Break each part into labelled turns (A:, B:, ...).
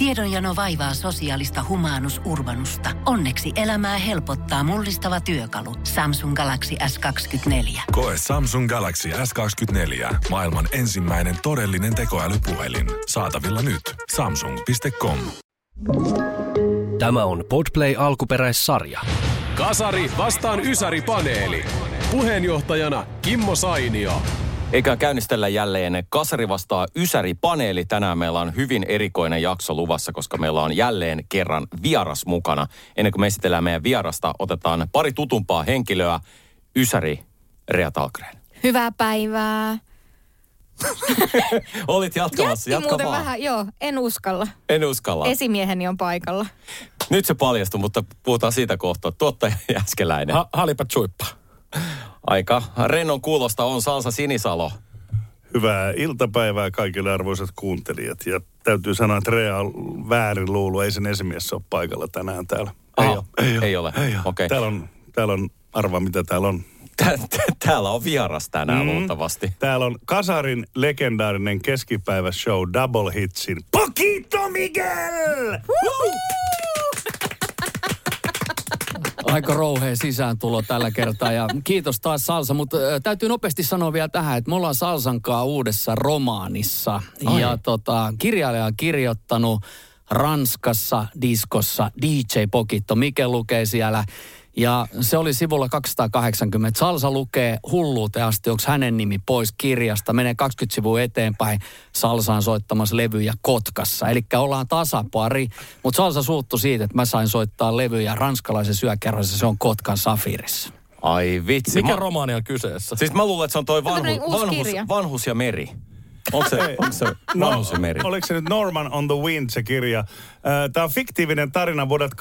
A: Tiedonjano vaivaa sosiaalista humanus urbanusta. Onneksi elämää helpottaa mullistava työkalu. Samsung Galaxy S24.
B: Koe Samsung Galaxy S24. Maailman ensimmäinen todellinen tekoälypuhelin. Saatavilla nyt. Samsung.com.
C: Tämä on Podplay alkuperäissarja.
D: Kasari vastaan Ysäri-paneeli. Puheenjohtajana Kimmo Sainio.
E: Eikä käynnistellä jälleen Kasari vastaa Ysäri-paneeli. Tänään meillä on hyvin erikoinen jakso luvassa, koska meillä on jälleen kerran vieras mukana. Ennen kuin me esitellään meidän vierasta, otetaan pari tutumpaa henkilöä. Ysäri, Rea Tallgren.
F: Hyvää päivää.
E: Olit jatkamassa, jatka vaan.
F: Vähän, joo, en uskalla.
E: En uskalla.
F: Esimieheni on paikalla.
E: Nyt se paljastui, mutta puhutaan siitä kohtaa. Tuottaja Jäskeläinen.
G: Halipa tsuippa.
E: Aika rennon kuulosta on Salsa Sinisalo.
H: Hyvää iltapäivää kaikille arvoisat kuuntelijat. Ja täytyy sanoa, että Rea on väärin luulu. Ei sen esimies ole paikalla tänään täällä.
E: Ei ole. Okay.
H: Täällä on, arvaa mitä täällä on.
E: Täällä on vieras tänään luultavasti.
H: Täällä on Kasarin legendaarinen keskipäiväshow Double Hitsin Poquito Miguel!
G: Aika rouhea sisääntulo tällä kertaa ja kiitos taas Salsa, mutta täytyy nopeasti sanoa vielä tähän, että me ollaan Salsankaan uudessa romaanissa. Ai. Ja kirjailija on kirjoittanut Ranskassa diskossa DJ Poquito Miguel lukee siellä. Ja se oli sivulla 280. Salsa lukee hulluuteen asti, onko hänen nimi pois kirjasta. Menee 20 sivua eteenpäin. Salsa on soittamassa levyjä Kotkassa. Eli ollaan tasapari. Mutta Salsa suuttui siitä, että mä sain soittaa levyjä ranskalaisessa yökerrassa. Se on Kotkan Safirissa.
E: Ai vitsi.
G: Mikä romaani on kyseessä?
E: Siis mä luulen, että se on toi vanhus ja meri. Onko se Vanhus ja meri?
H: Oliko se nyt Norman on the Wind se kirja? Tämä on fiktiivinen tarina vuodelta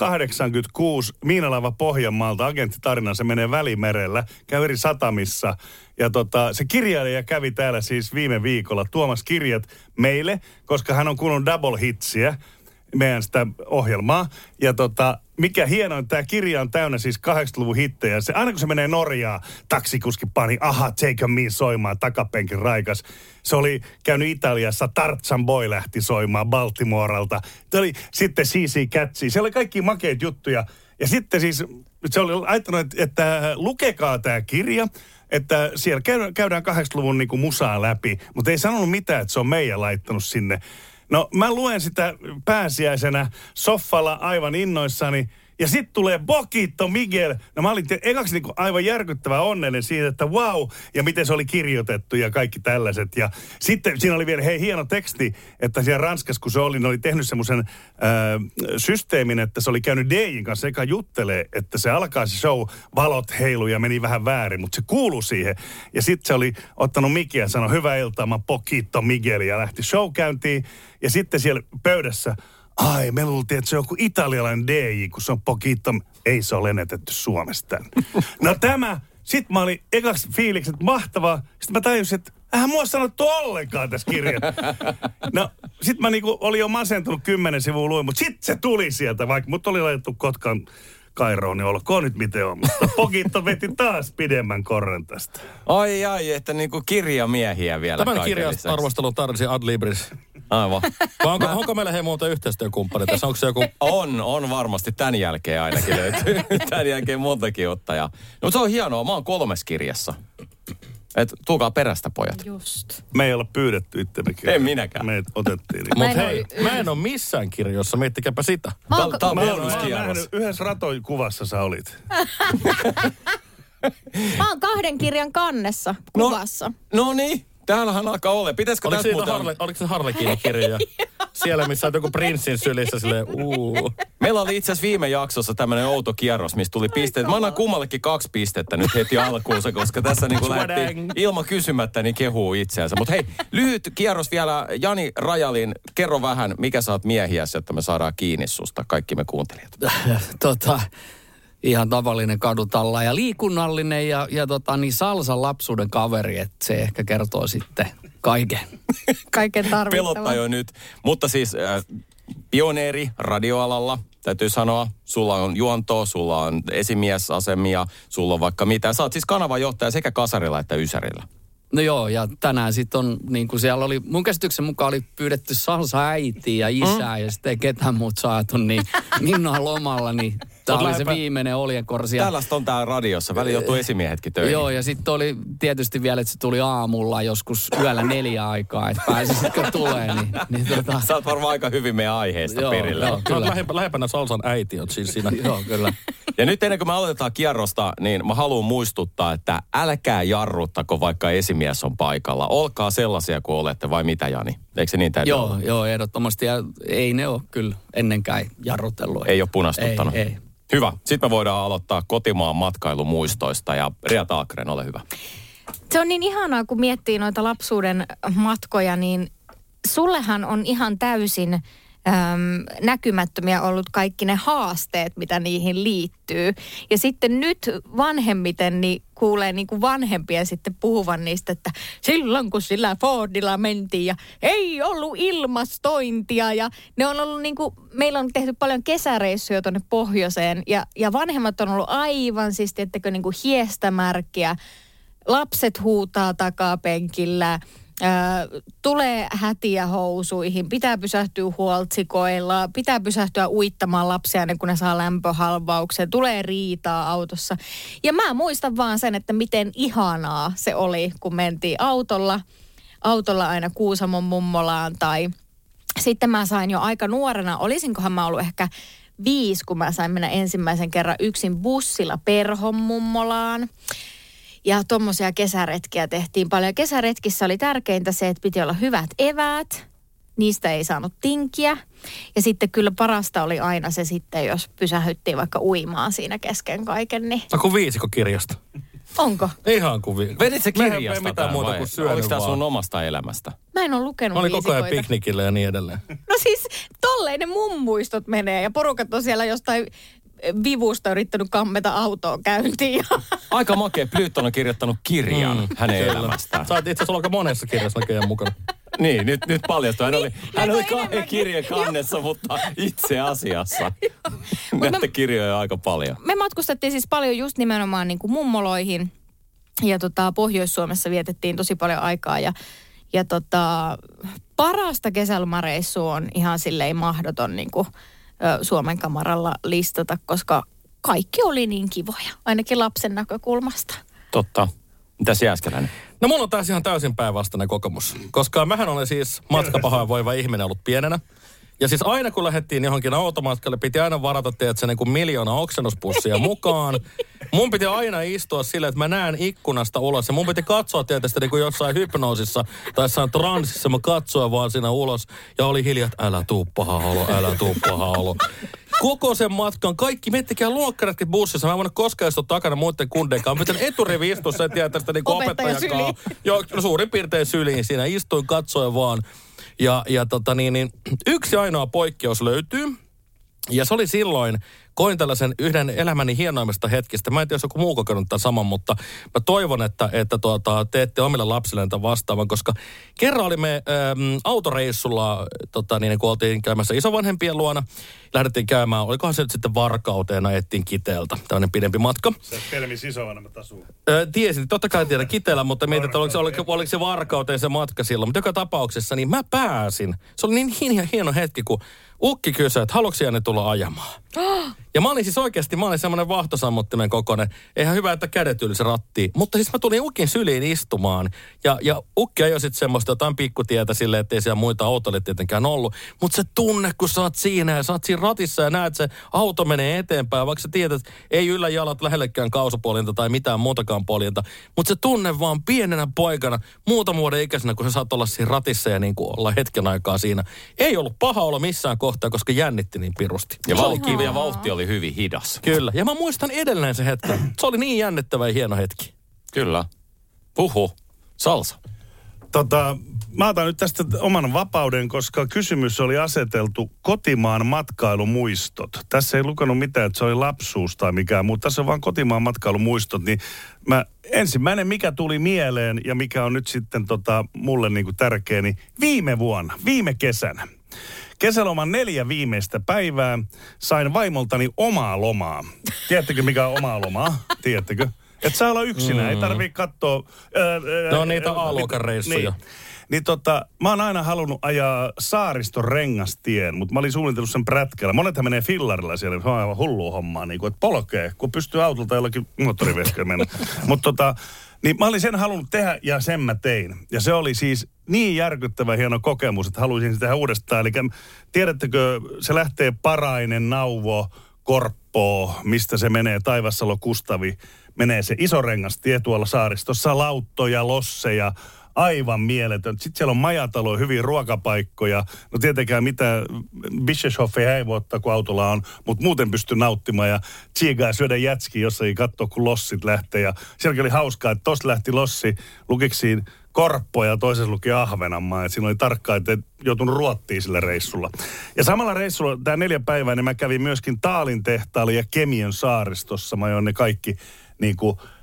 H: 1986 miinalaiva Pohjanmaalta. Agenttitarina, se menee Välimerellä, käy eri satamissa. Ja se kirjailija kävi täällä siis viime viikolla tuomassa kirjat meille, koska hän on kuunnut Double Hitsiä, meidän sitä ohjelmaa. Ja mikä hienoa, tämä kirja on täynnä siis 80-luvun hittejä. Aina kun se menee Norjaan, taksikuski pani Take on Me soimaan, takapenkin raikas. Se oli käynyt Italiassa, Tarzan Boy lähti soimaan Baltimorelta. Sitten CC Catchy, siellä oli kaikki makeita juttuja. Ja sitten siis se oli ajattanut, että lukekaa tämä kirja, että siellä käydään 80-luvun niin kuin musaa läpi, mutta ei sanonut mitään, että se on meidän laittanut sinne. No mä luen sitä pääsiäisenä soffalla aivan innoissani. Ja sitten tulee Poquito Miguel. No mä olin ekaksi niinku aivan järkyttävän onnellinen siitä, että wow. Ja miten se oli kirjoitettu ja kaikki tällaiset. Ja sitten siinä oli vielä hieno teksti, että siellä Ranskassa kun se oli, ne oli tehnyt semmoisen systeemin, että se oli käynyt DJin kanssa eka juttelee, että se alkaa se show, valot heilu ja meni vähän väärin, mutta se kuului siihen. Ja sitten se oli ottanut mikiä ja sanoi, hyvää iltaa, mä Poquito Miguel. Ja lähti show käyntiin. Ja sitten siellä pöydässä, ai, me luultiin, että se on joku italialainen DJ, kun se on Poquito. Ei se ole lennetetty Suomesta. No sit mä olin ekaksi fiilikset, että mahtavaa. Sitten mä tajusin, että eihän mua sanottu ollenkaan tässä kirjassa. No, sit mä niinku olin jo masentunut 10 sivua luin, mutta sit se tuli sieltä, vaikka mut oli laitettu Kotkan Kairoon, niin olkoon nyt miten on. Mutta Poquito veti taas pidemmän korren tästä.
E: Ai, että niinku kirjamiehiä vielä.
G: Tämän kirjasta arvostelun tarvitsi Adlibris.
E: Aivan.
G: Onko meillä muuten yhteistyökumppani tässä? Onko se joku?
E: On varmasti. Tän jälkeen ainakin löytyy. Tän jälkeen montakin ottajaa. No, mutta se on hienoa. Mä oon 3 kirjassa. Et tulkaa perästä, pojat.
F: Just.
H: Me ei olla pyydetty itsemme kirjaa.
E: En minäkään.
H: Me otettiin.
G: Mutta hei, mä en ole missään kirjoissa. Miettikääpä sitä.
E: Tää on
H: mä oon
E: bonuskierros.
H: nähnyt yhdessä ratokuvassa sä olit.
F: Mä oon 2 kirjan kannessa kuvassa.
E: No niin. Täällähän alkaa olla. Pitäisikö
G: oliko
E: tässä muuten...
G: Oliko se Harlekiinin kirja? Siellä, missä on joku prinssin sylissä silleen
E: Meillä oli itse asiassa viime jaksossa tämmöinen outo kierros, missä tuli pisteet. Mä annan kummallekin 2 pistettä nyt heti alkuunsa, koska tässä niinku lähti ilman kysymättä niin kehuu itseänsä. Mutta hei, lyhyt kierros vielä. Jani Rajalin, kerro vähän, mikä sä oot miehiäsi, jotta me saadaan kiinni susta, kaikki me kuuntelijat.
G: Ihan tavallinen kadutalla ja liikunnallinen ja niin Salsan lapsuuden kaveri, että se ehkä kertoo sitten kaiken.
F: Kaiken tarvittavaa.
E: Pelottaa jo nyt. Mutta siis pioneeri radioalalla, täytyy sanoa. Sulla on juontoa, sulla on esimiesasemia, sulla on vaikka mitä. Sä oot siis kanavajohtaja sekä Kasarilla että Ysärillä.
G: No joo, ja tänään sitten on, niin kuin siellä oli, mun käsityksen mukaan oli pyydetty salsa-äitiä ja isää, ja sitten ei ketään muut saatu, niin Minna on lomalla, niin tämä oli se viimeinen oljenkorsi.
E: Tällaista on tää radiossa, väliin joutuu esimiehetkin töihin.
G: Joo, ja sitten oli tietysti vielä, että se tuli aamulla joskus yöllä 4 aikaa, että pääsisitkö tulee, niin
E: Sä oot varmaan aika hyvin meidän aiheesta perillä.
G: Joo, kyllä.
H: Lähempänä salsan äiti on siis siinä.
G: Joo, kyllä.
E: Ja nyt ennen kuin me aloitetaan kierrosta, niin mä haluan muistuttaa, että älkää jarruttako, vaikka esimies on paikalla. Olkaa sellaisia kuin olette, vai mitä, Jani? Eikö se niin täytyy olla?
G: Joo, ehdottomasti. Ja ei ne ole kyllä ennenkään jarrutellut.
E: Ei ole punastuttanut?
G: Ei.
E: Hyvä. Sitten me voidaan aloittaa kotimaan matkailumuistoista. Ja Ria Taakren, ole hyvä.
F: Se on niin ihanaa, kun miettii noita lapsuuden matkoja, niin sullehan on ihan täysin näkymättömiä ollut kaikki ne haasteet, mitä niihin liittyy. Ja sitten nyt vanhemmiten niin kuulee niin kuin vanhempia sitten puhuvan niistä, että silloin kun sillä Fordilla mentiin ja ei ollut ilmastointia ja ne on ollut niin kuin, meillä on tehty paljon kesäreissuja tuonne pohjoiseen ja vanhemmat on ollut aivan siis, tiettäkö, niin kuin hiestämärkkiä. Lapset huutaa takapenkillä. Tulee hätiä housuihin, pitää pysähtyä huoltsikoilla, pitää pysähtyä uittamaan lapsia ennen kuin ne saa lämpöhalvauksen, tulee riitaa autossa. Ja mä muistan vaan sen, että miten ihanaa se oli, kun mentiin autolla aina Kuusamon mummolaan tai sitten mä sain jo aika nuorena, olisinkohan mä ollut ehkä 5, kun mä sain mennä ensimmäisen kerran yksin bussilla Perhon mummolaan. Ja tommosia kesäretkiä tehtiin paljon. Kesäretkissä oli tärkeintä se, että piti olla hyvät eväät. Niistä ei saanut tinkiä. Ja sitten kyllä parasta oli aina se sitten, jos pysähyttiin vaikka uimaan siinä kesken kaiken. Niin...
H: No kuin viisikokirjasta.
F: Onko?
H: Ihan kuin viisikko.
E: Vedit se kirjasta
H: mitään muuta kuin syönyt.
E: Oliko tämä sun omasta elämästä?
F: Mä en ole lukenut
H: Mä olin
F: viisikoita.
H: koko ajan piknikillä ja niin edelleen.
F: No siis tolleen ne mun muistot menee ja porukat on siellä jostain vivusta yrittänyt kammeta autoon käyntiin.
E: Aika makea. Plyton on kirjoittanut kirjan hänen elämästään.
H: Sä oot itse asiassa aika monessa kirjassa näköjään mukana.
E: Niin, nyt paljastui. Hän oli 2 kirjan kannessa, mutta itse asiassa näitä kirjoja aika paljon.
F: Me matkustettiin siis paljon just nimenomaan niin kuin mummoloihin ja Pohjois-Suomessa vietettiin tosi paljon aikaa ja parasta kesälomareissua on ihan silleen mahdoton niin kuin Suomen kamaralla listata, koska kaikki oli niin kivoja, ainakin lapsen näkökulmasta.
E: Totta. Mitäs Jääskeläinen?
H: No mulla on taas ihan täysin päinvastainen kokemus, koska mähän olen siis matkapahoinvoiva ihminen ollut pienenä. Ja siis aina kun lähdettiin johonkin automatkalle, piti aina varata teitä niin kuin 1 000 000 oksennuspussia mukaan. Mun piti aina istua silleen, että mä näen ikkunasta ulos. Ja mun piti katsoa tietysti niin kuin jossain hypnoosissa tai jossain transsissa. Mä katsoin vaan siinä ulos ja oli hiljaa, että älä tuu paha olo. Koko sen matkan, kaikki, miettikää luokkaretkin bussissa. Mä en voinut koskaan istua takana muiden kundeikaan. Mä pitän eturivi istua sen tietää tästä niin opettajakaan. Joo, suurin piirtein syliin siinä. Istuin, katsoin vaan. Ja yksi ainoa poikkeus löytyy. Ja se oli silloin, koin tällaisen elämäni hienoimmista hetkistä. Mä en tiedä, jos joku muu kokenut tämän saman, mutta mä toivon, että teette omille lapsille tämän vastaavan, koska kerran olimme autoreissulla, kun oltiin käymässä isovanhempien luona, lähdettiin käymään, olikohan se nyt sitten Varkauteen, ajettiin Kiteeltä, tämmöinen pidempi matka.
I: Sä pelmis isovanhemmat asuu.
H: Tiesin, totta kai tiedän Kiteellä, mutta mietin, että oliko se Varkauteen se matka silloin. Mutta joka tapauksessa, niin mä pääsin. Se oli niin hieno hetki, kun ukki kysyi, että haluatko Janne tulla ajamaan? Ja mä olin siis oikeasti, semmoinen vahtosammuttimen kokoinen. Eihän hyvä, että kädet yli se rattiin. Mutta siis mä tulin ukin syliin istumaan. Ja ukki ajoi sitten semmoista jotain pikkutietä silleen, ettei siellä muita autoille tietenkään ollut. Mutta se tunne, kun sä oot siinä ja sä oot siinä ratissa ja näet, se auto menee eteenpäin. Vaikka sä tiedät, että ei yllä jalat lähellekään kausapuolinta tai mitään muutakaan poljinta. Mutta se tunne vaan pienenä poikana, muutaman vuoden ikäisenä, kun sä saat olla siinä ratissa ja niin kuin olla hetken aikaa siinä. Ei ollut paha olla missään kohtaa, koska jännitti niin pirusti.
E: Ja vauhti oli hyvin hidas.
H: Kyllä. Ja mä muistan edelleen se hetki. Se oli niin jännittävä ja hieno hetki.
E: Kyllä. Puhu. Salsa.
I: Mä otan nyt tästä oman vapauden, koska kysymys oli aseteltu kotimaan matkailumuistot. Tässä ei lukenut mitään, että se oli lapsuus tai mikään, mutta tässä on vaan kotimaan matkailumuistot. Niin ensimmäinen, mikä tuli mieleen ja mikä on nyt sitten mulle niin kuin tärkeä, niin viime kesänä. Kesäloman 4 viimeistä päivää sain vaimoltani omaa lomaa. Tiedättekö, mikä on omaa lomaa? Tiedättekö? Et saa olla yksinään, ei tarvitse katsoa...
H: No niitä A-luokan reissuja.
I: Niin mä oon aina halunnut ajaa Saariston Rengastien, mutta mä olin suunnitellut sen prätkällä. Monethan menee fillarilla siellä, se on aivan hullua hommaa, niin kuin, että polkee, kun pystyy autolta jollakin moottoriveskellä mennä. Mutta niin mä olin sen halunnut tehdä ja sen mä tein. Ja se oli siis niin järkyttävä hieno kokemus, että haluaisin sitä tehdä uudestaan. Eli tiedättekö, se lähtee Parainen, Nauvo, Korppoo, mistä se menee, Taivassalo, Kustavi. Menee se iso rengastie tuolla saaristossa, lauttoja, losseja, aivan mieletön. Sitten siellä on majataloja, hyviä ruokapaikkoja. No tietenkään mitä Bischofia ei voi ottaa, kun autolla on, mutta muuten pystyy nauttimaan ja tsiigaa syödä jätskiä, jos ei katsoa, kun lossit lähtee. Ja sielläkin oli hauskaa, että tosta lähti lossi, lukiksiin Korppo ja toisessa luki Ahvenanmaa. Siinä oli tarkkaa, että joutunut Ruottiin sillä reissulla. Ja samalla reissulla, tämä 4 päivää, niin mä kävin myöskin Taalin tehtaalla ja Kemiön saaristossa. Mä ajoin ne kaikki niin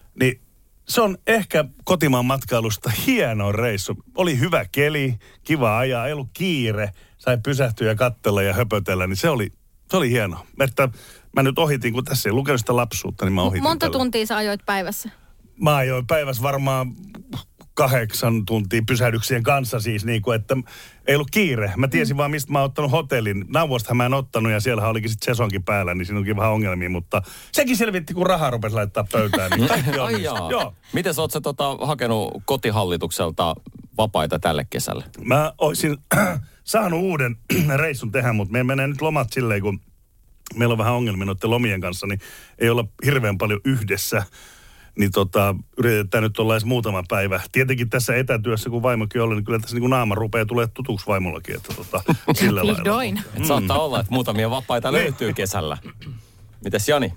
I: se on ehkä kotimaan matkailusta hieno reissu. Oli hyvä keli, kiva ajaa, ei ollut kiire. Sai pysähtyä ja katsella ja höpötellä, niin se oli hieno. Että mä nyt ohitin, kun tässä ei lukenut sitä lapsuutta, niin mä ohitin.
F: Monta tuntia sä ajoit päivässä?
I: Mä ajoin päivässä varmaan 8 tuntia pysähdyksien kanssa siis, niin kuin, että ei ollut kiire. Mä tiesin vaan, mistä mä oon ottanut hotellin. Nauvostahan mä en ottanut ja siellä olikin sitten sesonkin päällä, niin siinä onkin vähän ongelmia, mutta sekin selvitti, kun rahaa rupesi laittaa pöytään. Niin
E: ai jaa. Joo. Miten sä oot sä hakenut kotihallitukselta vapaita tälle kesälle?
I: Mä oisin saanut uuden reissun tehdä, mutta me menee nyt lomat silleen, kun meillä on vähän ongelmia noiden lomien kanssa, niin ei olla hirveän paljon yhdessä. Niin yritetään nyt olla edes muutama päivä. Tietenkin tässä etätyössä, kun vaimokin oli, niin kyllä tässä niin kuin naama rupeaa tulemaan tutuksi vaimollakin, että sillä lailla.
F: Vihdoin.
E: Saattaa olla, että muutamia vapaita löytyy kesällä. Mites Jani?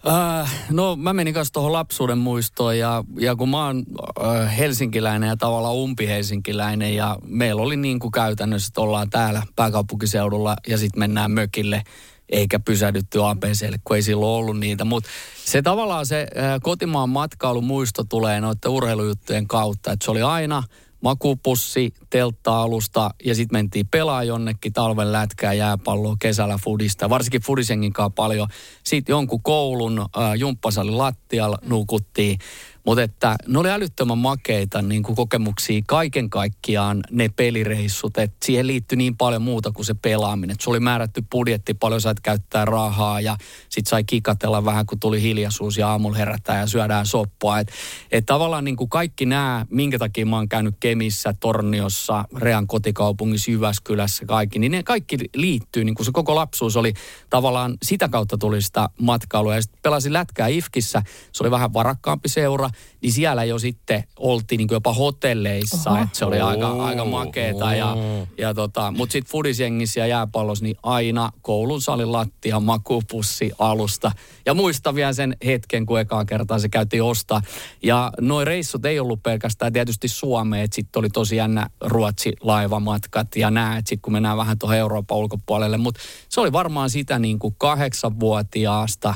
G: No mä menin kanssa tuohon lapsuuden muistoon ja kun mä oon helsinkiläinen ja tavallaan umpihelsinkiläinen ja meillä oli niin kuin käytännössä, että ollaan täällä pääkaupunkiseudulla ja sitten mennään mökille eikä pysähdytty ABClle, kun ei silloin ollut niitä. Mutta se tavallaan se kotimaan matkailumuisto tulee noiden urheilujuttujen kautta, että se oli aina makupussi, teltta-alusta ja sitten mentiin pelaa jonnekin talven lätkää, jääpalloa, kesällä fudista. Varsinkin fudisengin kanssa paljon. Sitten jonkun koulun jumppasalin lattialla nukuttiin. Mutta että ne oli älyttömän makeita niin kuin kokemuksia kaiken kaikkiaan ne pelireissut. Että siihen liittyi niin paljon muuta kuin se pelaaminen. Et se oli määrätty budjetti, paljon sait käyttää rahaa ja sit sai kikatella vähän, kun tuli hiljaisuus ja aamulla herätään ja syödään soppaa. Että tavallaan niin kuin kaikki nämä, minkä takia mä oon käynyt Kemissä, Torniossa, Rean kotikaupungissa, Jyväskylässä, kaikki, niin ne kaikki liittyy. Niin kuin se koko lapsuus oli tavallaan, sitä kautta tuli sitä matkailua. Ja sitten pelasin lätkää IFKissä, se oli vähän varakkaampi seura. Niin siellä jo sitten oltiin niin kuin jopa hotelleissa, että se oli aika makeeta. Mutta sitten fudisjengissä ja jääpallossa niin aina koulun salin lattia, makupussi alusta. Ja muistan vielä sen hetken, kun ekaa kertaa se käytiin ostaa. Ja nuo reissut ei ollut pelkästään tietysti Suomeen, että sitten oli tosi jännä Ruotsi-laivamatkat ja nää, että sitten kun mennään vähän tuohon Euroopan ulkopuolelle. Mutta se oli varmaan sitä niin kuin 8-vuotiaasta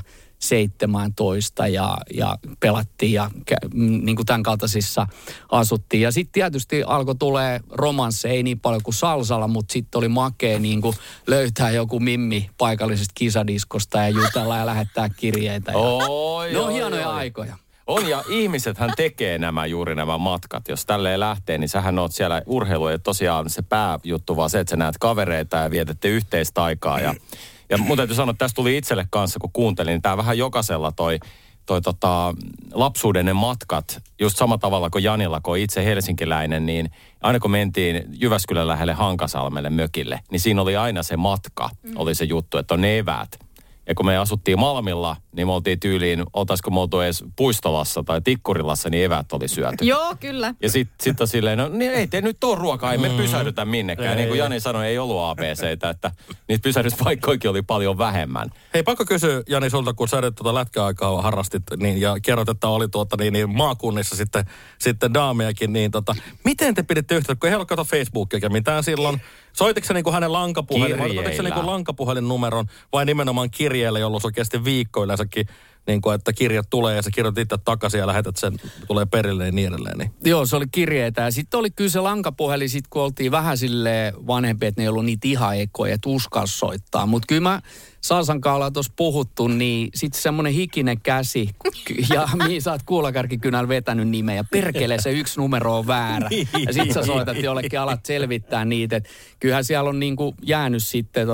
G: 17 ja pelattiin ja niin kuin tämän kaltaisissa asuttiin. Ja sitten tietysti alkoi tulee romansseja, ei niin paljon kuin salsalla, mutta sitten oli makea niin kuin löytää joku mimmi paikallisesta kisadiskosta ja jutella ja lähettää kirjeitä. Ne on hienoja aikoja.
E: On ja ihmisethän tekee juuri nämä matkat. Jos tälleen lähtee, niin sähän oot siellä urheilu ja tosiaan se pääjuttu vaan se, että sä näet kavereita ja vietette yhteistä aikaa ja mun täytyy sanoa, että tässä tuli itselle kanssa, kun kuuntelin, niin tää vähän jokaisella toi lapsuuden ne matkat, just samalla tavalla kuin Janilla, kun itse helsinkiläinen, niin aina kun mentiin Jyväskylän lähelle Hankasalmelle mökille, niin siinä oli aina se matka, oli se juttu, että on ne eväät. Ja kun me asuttiin Malmilla, niin me oltiin tyyliin, oltaisiko me oltu edes Puistolassa tai Tikkurilassa, niin eväät oli syöty.
F: Joo, kyllä.
E: Ja sitten on silleen, no niin ei te nyt ole ruokaa, ei me pysähdytä minnekään. Niin kuin Jani sanoi, ei ollut ABCtä, että niitä pysähdyspaikkoikin oli paljon vähemmän.
H: Hei, pakko kysyä Jani sulta, kun sä nyt lätkäaikaa harrastit niin, ja kerrot, että oli maakunnissa sitten daamejakin, niin miten te piditte yhteyttä, kun ei ollut kato Facebookia eikä mitään silloin. Soititko se niin kuin hänen lankapuhelin, otatko se niin kuin lankapuhelinnumeron vai nimenomaan kirjeellä, jolloin se kesti viikko yleensäkin
J: niin kuin, että kirjat tulee ja sä kirjoitat itse takaisin ja lähetät sen, tulee perille ja niin edelleen. Niin.
G: Joo, se oli kirjeitä ja sitten oli kyllä se lankapuhelin, sit kun oltiin vähän silleen vanhempi, että ne ei ollut niitä ihan ekoja, että uskalsi soittaa. Mutta kyllä mä Salsan kanssa ollaan tuossa puhuttu, niin sitten semmoinen hikinen käsi ja mihin sä oot kuulakärkikynällä vetänyt nimeä ja perkele se yksi numero on väärä. Ja sitten sä soitat jollekin, alat selvittää niitä. Et kyllähän siellä on niinku jäänyt sitten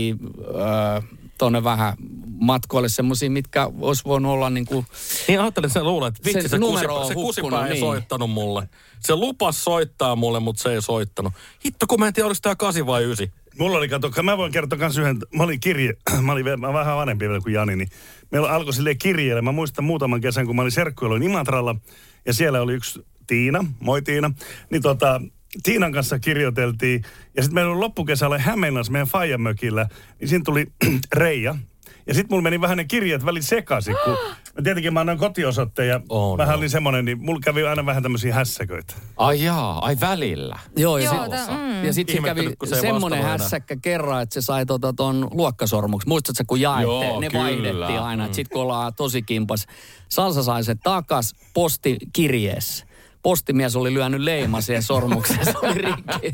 G: tuonne vähän matkoille semmoisia, mitkä olisi voinut olla niinku...
J: Niin ajattelin, että sä luulet, että vitsi se kusipää ei soittanut mulle. Se lupas soittaa mulle, mutta se ei soittanut. Hitto, kun mä en tiedä, oliko tää 8 vai 9.
I: Mulla oli, mä voin kertoa kans yhden, mä olin vähän vanhempi vielä kuin Jani, niin meillä alkoi silleen kirjeellä. Mä muistan muutaman kesän, kun mä olin serkkuiluin Imatralla, ja siellä oli yksi Tiina, moi Tiina, niin Tiinan kanssa kirjoiteltiin, ja sitten meillä oli loppukesällä Hämeenlinnassa meidän faijamökillä, niin siinä tuli Reija. Ja sitten mulla meni vähän ne kirjat välin sekaisin, kun tietenkin mä annan kotiosoitteen ja vähän oli semmoinen, niin mulla kävi aina vähän tämmöisiä hässäköitä.
E: Ai jaa, ai välillä.
G: Joo, ja sitten se kävi semmoinen hässäkkä kerran, että se sai ton luokkasormuksen. Muistatko, kun jaette?
E: Joo,
G: ne
E: kyllä.
G: vaihdettiin aina. Sitten kun ollaan tosi kimpas, Salsa sai sen takas postikirjeessä. Postimies oli lyönyt leiman siihen sormukseen, se oli rikki.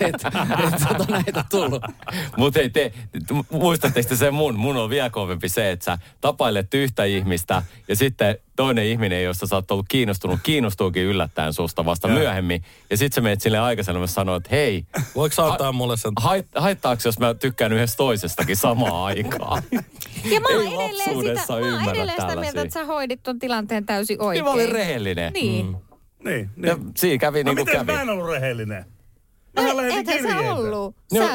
G: Näitä tullut.
E: Mutta ei muistatteko te sen mun on vielä kovempi se, että sä tapailet yhtä ihmistä ja sitten toinen ihminen, josta sä oot ollut kiinnostuukin yllättäen susta vasta myöhemmin. Ja sit sä menet silleen aikaisemmin ja sanoo, että hei.
J: Voiko sä antaa mulle sen?
E: Haittaako, jos mä tykkään yhdestä toisestakin samaan aikaan?
F: Ja mä oon edelleen sitä mieltä, että sä hoidit ton tilanteen täysin oikein.
E: Niin mä olin rehellinen.
F: Niin.
I: Niin.
E: Ja siinä kävi niin kuin kävi.
I: Miten mä en ollut rehellinen?
F: Ethän sä ollut.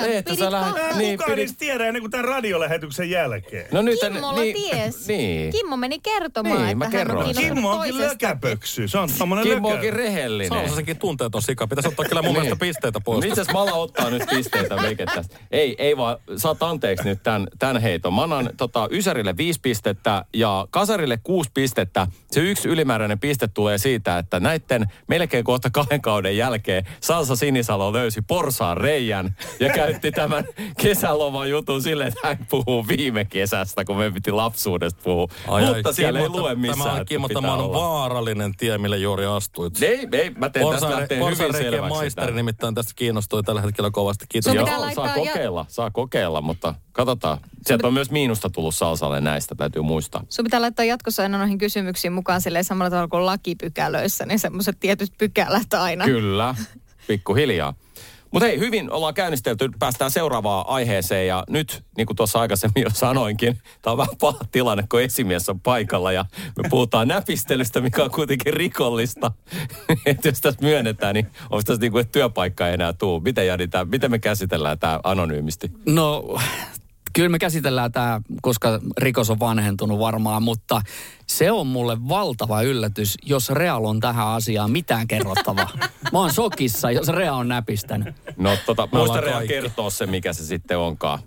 I: Kukaan edes tiedä ennen kuin tämän radiolähetyksen jälkeen.
E: No nyt
F: Kimmolla ties.
E: Niin.
F: Kimmo meni kertomaan, että hän on kiinnostunut
I: Kimmo onkin lökäpöksy. Se on tommonen
E: Kimmo onkin rehellinen.
J: Salsa sekin tuntee ton sika. Pitäisi ottaa kyllä mun mielestä pisteitä pois.
E: Itse asiassa Mala ottaa nyt pisteitä veiket tästä. Ei vaan, saat anteeksi nyt tämän heiton. Mä annan Ysärille 5 pistettä ja Kasarille 6 pistettä. Se yksi ylimääräinen piste tulee siitä, että näitten melkein kohta 2 kauden jälkeen Salsa Sinisalo löysi porsaan reijän ja käytti tämän kesäloman jutun silleen, että hän puhuu viime kesästä, kun me piti lapsuudesta puhua. Mutta siellä ei lue missään,
J: Tämä on vaarallinen tie, mille juuri astuit.
E: Ei, mä teen tästä lähtee hyvin selväksi.
J: Maisteri nimittäin tästä kiinnostui tällä hetkellä kovasti. Kiitos.
E: Saa kokeilla, mutta katsotaan. Sieltä on myös miinusta tullut Salsalle näistä, täytyy muistaa.
F: Sun pitää laittaa jatkossa aina noihin kysymyksiin mukaan silleen samalla tavalla kuin lakipykälöissä, niin semmoiset tietyt pykälät aina.
E: Kyllä, pikkuhiljaa. Mutta hei, hyvin ollaan käynnistelty, päästään seuraavaan aiheeseen ja nyt, niin kuin tuossa aikaisemmin jo sanoinkin, tämä on vähän paha tilanne, kun esimies on paikalla ja me puhutaan näpistelystä, mikä on kuitenkin rikollista. Että jos tässä myönnetään, niin olisi tässä niin kuin, että työpaikka ei enää tule. Miten me käsitellään tämä anonyymisti?
G: No, kyllä me käsitellään tämä, koska rikos on vanhentunut varmaan, mutta se on mulle valtava yllätys, jos Real on tähän asiaan mitään kerrottavaa. Mä oon shokissa, jos Rea on näpistänyt.
E: No muista Rea kertoa se, mikä se sitten onkaan.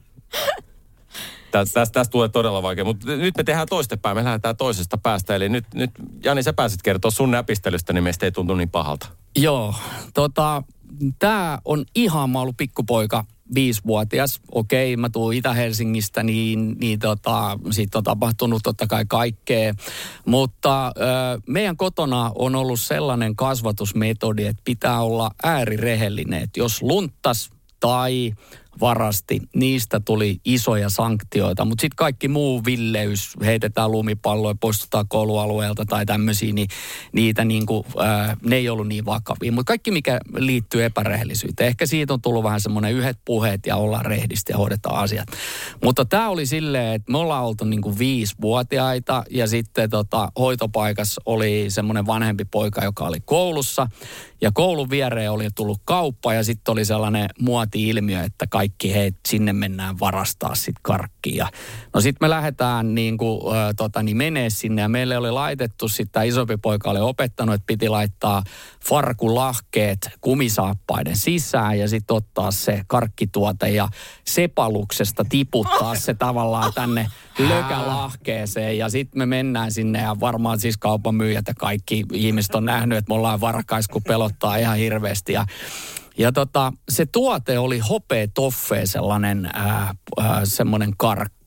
E: Tästä tulee todella vaikea, mutta nyt me tehdään toistepäin, me lähdetään toisesta päästä. Eli nyt Jani, sä pääsit kertoa sun näpistelystä, niin meistä ei tuntu niin pahalta.
G: Joo, tää on ihan, mä oon ollut pikkupoika, 5-vuotias. Okei, mä tuun Itä-Helsingistä, niin siitä on tapahtunut totta kai kaikkea. Mutta meidän kotona on ollut sellainen kasvatusmetodi, että pitää olla äärirehellinen. Että jos lunttas tai varasti, niistä tuli isoja sanktioita. Mutta sitten kaikki muu villeys, heitetään lumipalloja, poistutaan koulualueelta tai tämmöisiä, niin niitä niinku, ne ei ollut niin vakavia. Mutta kaikki, mikä liittyy epärehellisyyteen. Ehkä siitä on tullut vähän semmoinen yhdet puheet ja ollaan rehdisti ja hoidetaan asiat. Mutta tämä oli silleen, että me ollaan oltu niinku 5-vuotiaita ja sitten hoitopaikassa oli semmoinen vanhempi poika, joka oli koulussa. Ja koulun viereen oli tullut kauppa ja sitten oli sellainen muoti-ilmiö, että kaikki sinne mennään varastaa sitten karkkia. No sitten me lähdetään menee sinne ja meille oli laitettu sitten, tämä isompi poika oli opettanut, että piti laittaa farkulahkeet kumisaappaiden sisään ja sitten ottaa se karkkituote ja sepaluksesta tiputtaa se tavallaan tänne lökälahkeeseen. Ja sitten me mennään sinne ja varmaan siis kaupan myyjät ja kaikki ihmiset on nähnyt, että me ollaan varakais, kun pelottaa ihan hirveästi. Ja se tuote oli hopea toffee, sellainen semmoinen karkki.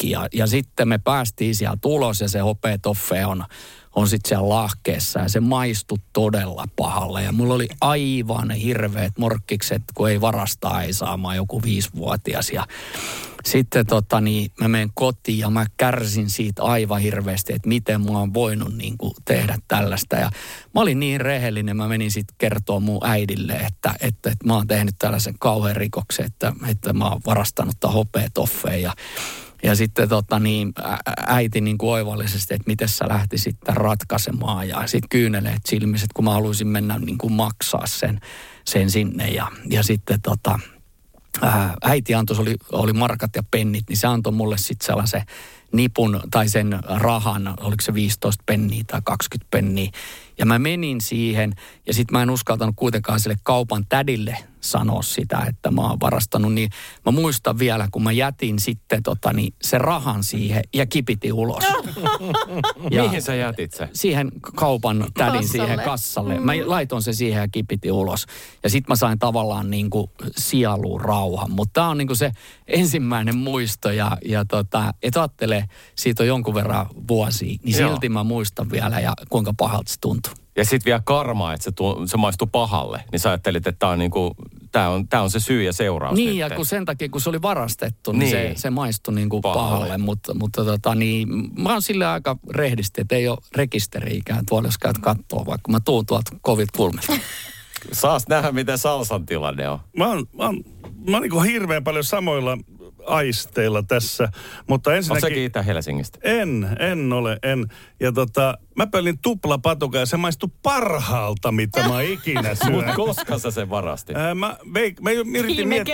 G: kaikki. Ja sitten me päästiin sieltä ulos ja se hopeatoffe on sitten siellä lahkeessa ja se maistui todella pahalle. Ja mulla oli aivan hirveät morkkikset, kun ei varastaa, ei saamaan joku 5-vuotias. Ja sitten mä menen kotiin ja mä kärsin siitä aivan hirveästi, että miten mä oon voinut niin kuin tehdä tällaista. Ja mä olin niin rehellinen, mä menin sitten kertoa mun äidille, että mä oon tehnyt tällaisen kauhean rikoksen, että mä oon varastanut tämän hopeatoffeen. Ja sitten äiti niin kuin oivallisesti, että miten sä lähtisit tämän ratkaisemaan. Ja sitten kyyneleet silmiset, kun mä haluaisin mennä niin kuin maksaa sen sinne. Ja sitten äiti antoi, oli markat ja pennit, niin se antoi mulle sitten sellaisen nipun tai sen rahan, oliko se 15 penniä tai 20 penniä. Ja mä menin siihen ja sitten mä en uskaltanut kuitenkaan sille kaupan tädille sanoa sitä, että mä oon varastanut. Niin mä muistan vielä, kun mä jätin sitten se rahan siihen ja kipitin ulos.
E: Mihin sä jätit se?
G: Siihen kaupan tädin siihen kassalle. Mä laitoin se siihen ja kipitin ulos. Ja sitten mä sain tavallaan niin kuin sieluun rauhan. Mutta tää on niin kuin se ensimmäinen muisto ja et ajattele, siitä on jonkun verran vuosia, niin silti mä muistan vielä ja kuinka pahalta se tuntuu.
E: Ja sitten vielä karma, että se maistuu pahalle. Niin sä ajattelit, että tää on se syy ja seuraus.
G: Niin, ja kun sen takia, kun se oli varastettu, niin se maistui niin kuin pahalle. Mutta mä oon sille aika rehdisti, että ei ole rekisteriä ikään tuolla, jos käyt kattoo, vaikka mä tuun tuolta kovit kulmilta.
E: Saas nähdä, miten Salsan tilanne on.
I: Mä oon niin kuin hirveän paljon samoilla aisteilla tässä, mutta ensinnäkin...
E: Oletko säkin Itä-Helsingistä?
I: En ole. Ja mä pölin tuplapatukan ja se maistui parhaalta, mitä mä ikinä syön.
E: Mutta koska sä sen varastit?
I: Mä yritin miettiä...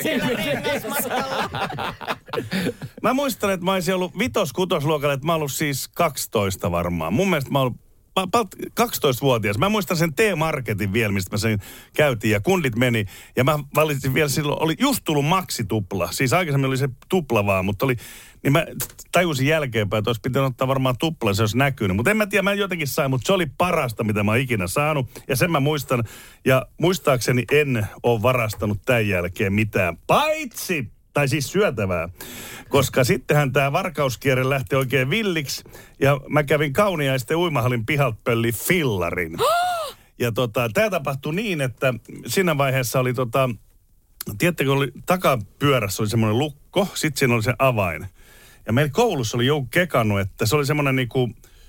I: Mä muistan, että mä olisin ollut 5-6-luokalla, että mä ollut siis 12 varmaan. Mun mielestä mä ollut 12-vuotias. Mä muistan sen T-Marketin vielä, mistä mä sen käytiin ja kundit meni. Ja mä valitsin vielä silloin, oli just tullut maksitupla. Siis aikaisemmin oli se tupla vaan, mutta niin mä tajusin jälkeenpäin, että olisi pitänyt ottaa varmaan tupla, se olisi näkynyt. Mutta en mä tiedä, mä jotenkin sain, mutta se oli parasta, mitä mä oon ikinä saanut. Ja sen mä muistan, ja muistaakseni en ole varastanut tämän jälkeen mitään. Paitsi! Tai siis syötävää, koska sittenhän tämä varkauskierre lähti oikein villiksi ja mä kävin Kauniaisten uimahallin pihalta pölli fillarin. Ja tämä tapahtui niin, että siinä vaiheessa oli tiedättekö, oli takapyörässä oli semmoinen lukko, sitten siinä oli se avain. Ja meillä koulussa oli joku kekannut, että se oli semmoinen niinku,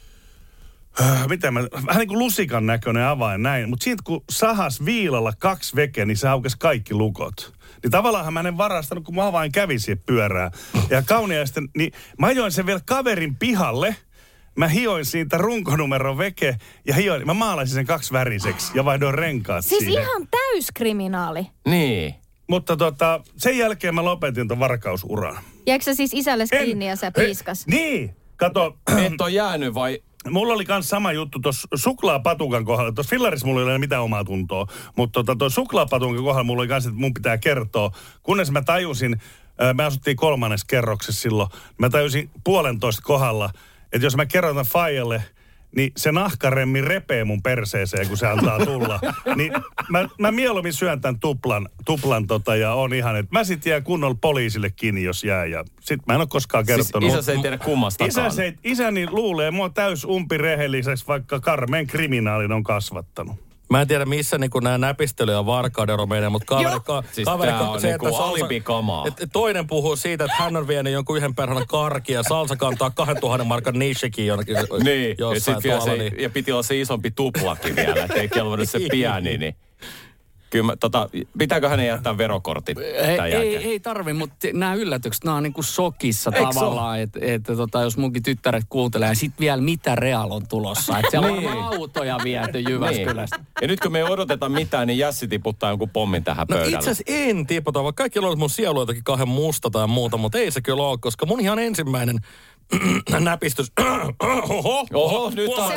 I: vähän niin kuin lusikan näköinen avain näin. Mutta siitä kun sahas viilalla 2 vekeä, niin se aukesi kaikki lukot. Niin tavallaan mä en varastanut, kun mä vain kävin siihen pyörään. Ja Kauniaisten, niin mä ajoin sen vielä kaverin pihalle. Mä hioin siitä runkonumeron veke ja mä maalasin sen 2-väriseksi ja vaihdoin renkaat
F: siis
I: siihen.
F: Siis ihan täyskriminaali.
E: Niin.
I: Mutta sen jälkeen mä lopetin ton varkausuran.
F: Jäikö sä siis isälle kiinni ja sä piiskas?
I: Niin, kato.
E: Et ole jäänyt vai...
I: Mulla oli kans sama juttu tuossa suklaapatukan kohdalla. Tuossa fillarissa mulla ei ole mitään omaa tuntoa. Mutta tuossa suklaapatukan kohdalla mulla oli kans, että mun pitää kertoa. Kunnes mä tajusin, me asuttiin 3. kerroksessa silloin. Mä tajusin 1,5 kohdalla, että jos mä kerron tämän faijalle, niin se nahkaremmi repee mun perseeseen, kun se antaa tulla. Niin mä mieluummin syön tämän tuplan ja on ihan, että mä sit jään kunnolla poliisille kiinni, jos jää. Ja sit mä en ole koskaan kertonut.
E: Siis isä ei tiedä kummastakaan.
I: Isäni luulee mua täys umpirehelliseksi, vaikka karmeen kriminaalin on kasvattanut.
J: Mä en tiedä, missä niin nämä näpistely- ja varkaudero menee, mutta
E: siis tää on niinku alibikamaa.
J: Toinen puhuu siitä, että hän on vienyt jonkun 1 perhana karkia ja Salsa kantaa 2000 markan nishikin jonnekin
E: niin,
J: jossain tuolla.
E: Ja piti olla se isompi tuplakin vielä, ettei kelvannut se pieni, niin... Kyllä, pitääkö hänen jättää verokortit tämän jälkeen?
G: Ei tarvi, mutta nämä yllätykset, nämä on niin kuin shokissa tavallaan, että jos munkin tyttäret kuuntelee, ja sitten vielä mitä Real on tulossa. Että siellä on autoja viety Jyväskylästä.
E: Niin. Ja nyt kun me ei odoteta mitään, niin Jässi tiputtaa jonkun pommin tähän pöydälle.
J: Itse asiassa en tiputa, vaikka kaikki on mun sielu jotakin 2 musta tai muuta, mutta ei se kyllä ole, koska mun ihan ensimmäinen näpistys.
E: Oho, nyt on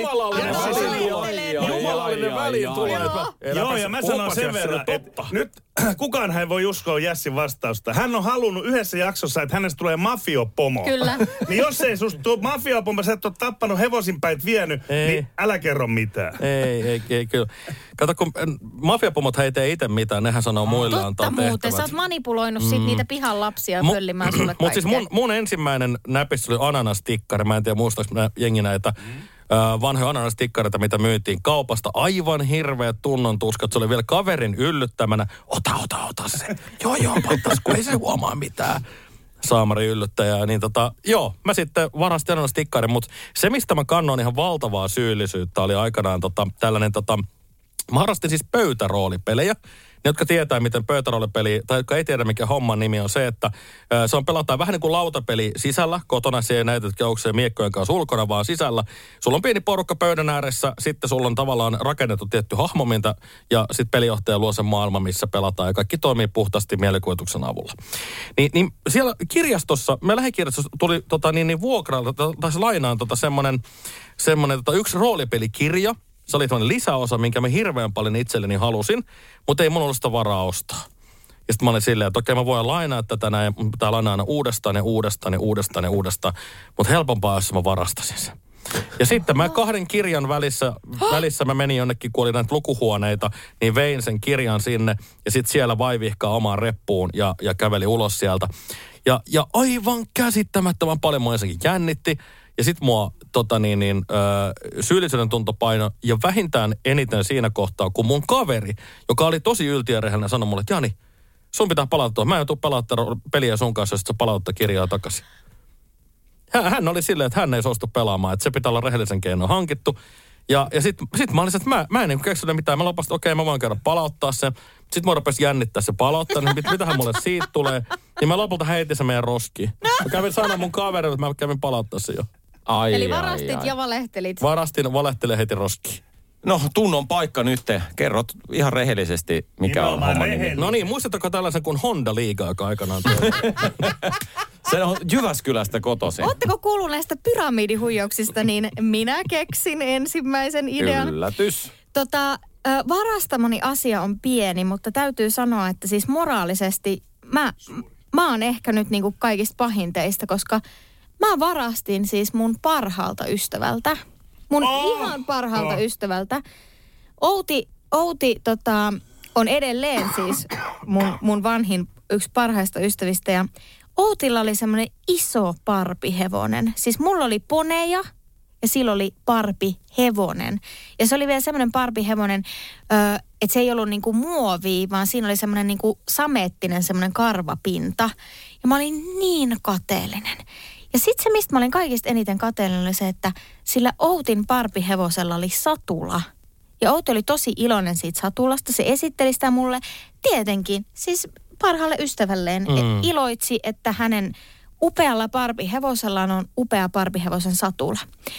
J: Jumalallinen väliin tulee.
I: Joo, ja mä sanon sen verran, että kukaan hän voi uskoa Jässin vastausta. Hän on halunnut yhdessä jaksossa, että hänestä tulee mafiopomo.
F: Kyllä.
I: Niin jos ei susta tule mafiopomo, sä et ole tappanut hevosinpäit vienyt, niin älä kerro mitään.
J: Ei kyllä. Kato, kun mafiapomot he ei tee itse mitään, nehän sanoo muille antaa tehtävät.
F: Totta muuten, sä oot manipuloinut sit niitä pihan lapsia pöllimään sulle kaikkea.
J: Mutta siis mun ensimmäinen näpistö oli ananastikkari. Mä en tiedä muistaaks jengi näitä vanhoja ananastikkareita, mitä myytiin kaupasta. Aivan hirveät tunnon tuskat. Se oli vielä kaverin yllyttämänä. Ota se. Joo, pattas, kun ei se huomaa mitään. Saamari yllyttäjää. Niin mä sitten varastin ananastikkarin, mutta se, mistä mä kannoin ihan valtavaa syyllisyyttä, oli aikanaan tällainen mä harrastin siis pöytäroolipelejä. Ne, jotka tietää, miten pöytäroolipeli, tai jotka ei tiedä, mikä homman nimi on se, että se on pelataan vähän niin kuin lautapeli sisällä. Kotona se ei näytä joukseen miekkojen kanssa ulkona, vaan sisällä. Sulla on pieni porukka pöydän ääressä, sitten sulla on tavallaan rakennettu tietty hahmominta, ja sitten pelijohtaja luo sen maailman, missä pelataan, ja kaikki toimii puhtaasti mielikuvituksen avulla. Niin siellä kirjastossa, me lähikirjastossa tuli vuokralta, tai lainaan semmoinen yksi roolipelikirja. Se oli tämmöinen lisäosa, minkä mä hirveän paljon itselleni halusin, mutta ei mun ollut sitä varaa ostaa. Ja sitten mä olin silleen, että okei, mä voin lainaa tätä näin, mun pitää lainaa aina uudestaan, mutta helpompaa, jos mä varastasin sen. Ja sitten mä 2 kirjan välissä mä menin jonnekin, kun oli näitä lukuhuoneita, niin vein sen kirjan sinne ja sitten siellä vaivihkaa omaan reppuun ja käveli ulos sieltä. Ja aivan käsittämättömän paljon mua ensinnäkin jännitti. Ja sit mua syyllisyyden tunto paino ja vähintään eniten siinä kohtaa, kun mun kaveri, joka oli tosi yltiörehellinen, sanoi mulle, että Jani, sun pitää palauttaa. Mä en tule palauttaa peliä sun kanssa, jos sä palauttaa kirjaa takaisin. Hän oli silleen, että hän ei suostu pelaamaan, että se pitää olla rehellisen keinoin hankittu. Ja sit mä olisin, että mä en niin keksinyt mitään. Mä lopasin, että okei, mä voin käydä palauttaa sen. Sitten mä rupesin jännittää se palauttaa, niin mitähän mulle siitä tulee. Niin mä lopulta heitin se meidän roskiin. Mä kävin sanoa mun kaverille, että mä kävin palauttaa se jo.
F: Eli varastit ja valehtelit.
J: Valehtelin heti roskiin.
E: No, tunnon paikka nyt. Kerrot ihan rehellisesti, mikä on homma nimi.
J: No niin, muistatko tällaisen kuin Honda-liiga, joka aikanaan
E: Se on Jyväskylästä kotoisin.
F: Oletteko kuullut näistä pyramidihuijauksista, niin minä keksin ensimmäisen idean.
E: Yllätys.
F: Varastamani asia on pieni, mutta täytyy sanoa, että siis moraalisesti mä oon ehkä nyt niinku kaikista pahin teistä, koska mä varastin siis mun parhaalta ystävältä. Mun ihan parhaalta ystävältä. Outi on edelleen siis mun vanhin yksi parhaista ystävistä. Ja Outilla oli semmoinen iso parpihevonen. Siis mulla oli poneja ja sillä oli parpihevonen. Ja se oli vielä semmoinen parpihevonen, että se ei ollut niinku muovia, vaan siinä oli semmoinen niinku sameettinen semmoinen karvapinta. Ja mä olin niin kateellinen. Ja sitten se, mistä mä olin kaikista eniten kateellinen, oli se, että sillä Outin parpihevosella oli satula. Ja Outi oli tosi iloinen siitä satulasta. Se esitteli sitä mulle tietenkin, siis parhaalle ystävälleen. Iloitsi, että hänen upealla parpihevosellaan on upea parpihevosen satula.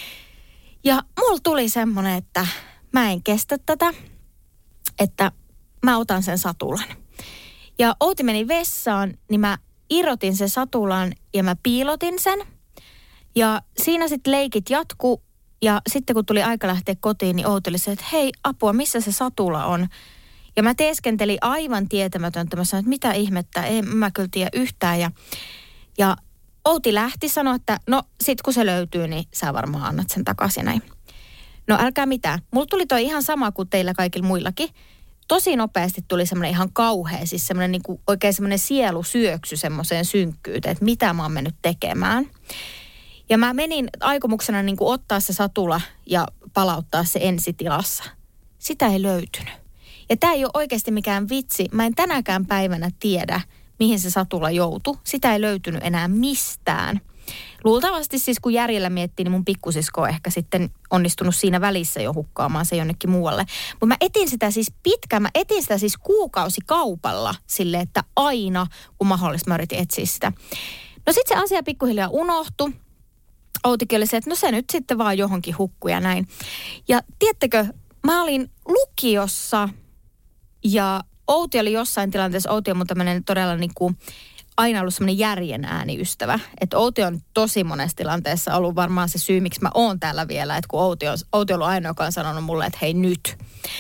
F: Ja mulla tuli semmoinen, että mä en kestä tätä, että mä otan sen satulan. Ja Outi meni vessaan, niin mä irrotin sen satulan ja mä piilotin sen. Ja siinä sitten leikit jatkuu. Ja sitten kun tuli aika lähteä kotiin, niin Outi oli se, että hei apua, missä se satula on? Ja mä teeskentelin aivan tietämätöntä. Mä sanoin, että mitä ihmettä, en mä kyllä tiedä yhtään. Ja Outi lähti sanoa, että no sit kun se löytyy, niin sä varmaan annat sen takaisin näin. No älkää mitään. Mulla tuli toi ihan sama kuin teillä kaikilla muillakin. Tosi nopeasti tuli semmoinen ihan kauhea, siis semmoinen niin kuin oikein semmoinen sielusyöksy semmoiseen synkkyyteen, että mitä mä oon mennyt tekemään. Ja mä menin aikomuksena niin kuin ottaa se satula ja palauttaa se ensitilassa. Sitä ei löytynyt. Ja tää ei ole oikeasti mikään vitsi. Mä en tänäkään päivänä tiedä, mihin se satula joutui. Sitä ei löytynyt enää mistään. Luultavasti siis kun järjellä miettii, niin mun pikkusisko on ehkä sitten onnistunut siinä välissä jo hukkaamaan se jonnekin muualle. Mutta mä etin sitä siis kuukausikaupalla sille, että aina kun mahdollista mä yritin etsiä sitä. No sit se asia pikkuhiljaa unohtui. Outikin oli se, että no se nyt sitten vaan johonkin hukkui ja näin. Ja tiedättekö, mä olin lukiossa ja Outi oli jossain tilanteessa, Outi on mun tämmöinen todella niin kuin aina ollut semmoinen järjen ääniystävä. Että Outi on tosi monessa tilanteessa ollut varmaan se syy, miksi mä oon täällä vielä. Että kun Outi on ollut ainoa, joka on sanonut mulle, että hei nyt.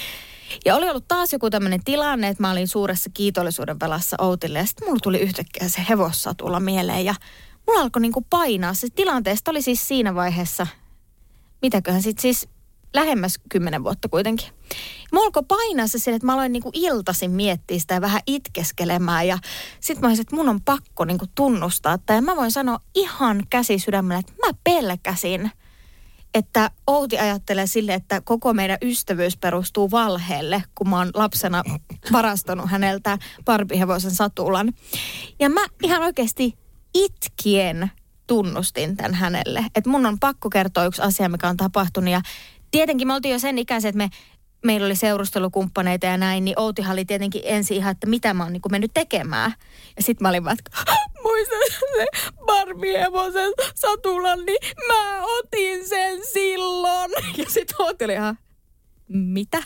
F: Ja oli ollut taas joku tämmöinen tilanne, että mä olin suuressa kiitollisuuden velassa Outille. Ja sitten mulla tuli yhtäkkiä se hevossatulla mieleen. Ja mulla alkoi niinku painaa. Se tilanteesta oli siis siinä vaiheessa, mitäköhän sitten siis lähemmäs 10 vuotta kuitenkin. Mulla alkoi painaa se sille, että mä aloin niinku iltaisin miettiä sitä ja vähän itkeskelemään. Ja sit mä olisin, että mun on pakko niinku tunnustaa. Ja mä voin sanoa ihan käsi sydämellä, että mä pelkäsin, että Outi ajattelee sille, että koko meidän ystävyys perustuu valheelle, kun mä oon lapsena varastanut häneltä Barbie-hevosen satulan. Ja mä ihan oikeasti itkien tunnustin tämän hänelle. Että mun on pakko kertoa yksi asia, mikä on tapahtunut. Ja tietenkin me oltiin jo sen ikäisiä, että meillä oli seurustelukumppaneita ja näin, niin Outihan oli tietenkin ensin ihan, että mitä mä oon niin kuin mennyt tekemään. Ja sit mä olin vaan, että muistan se Barbie-hevosen satulan, niin mä otin sen silloin. Ja sit Outi oli ihan, mitä?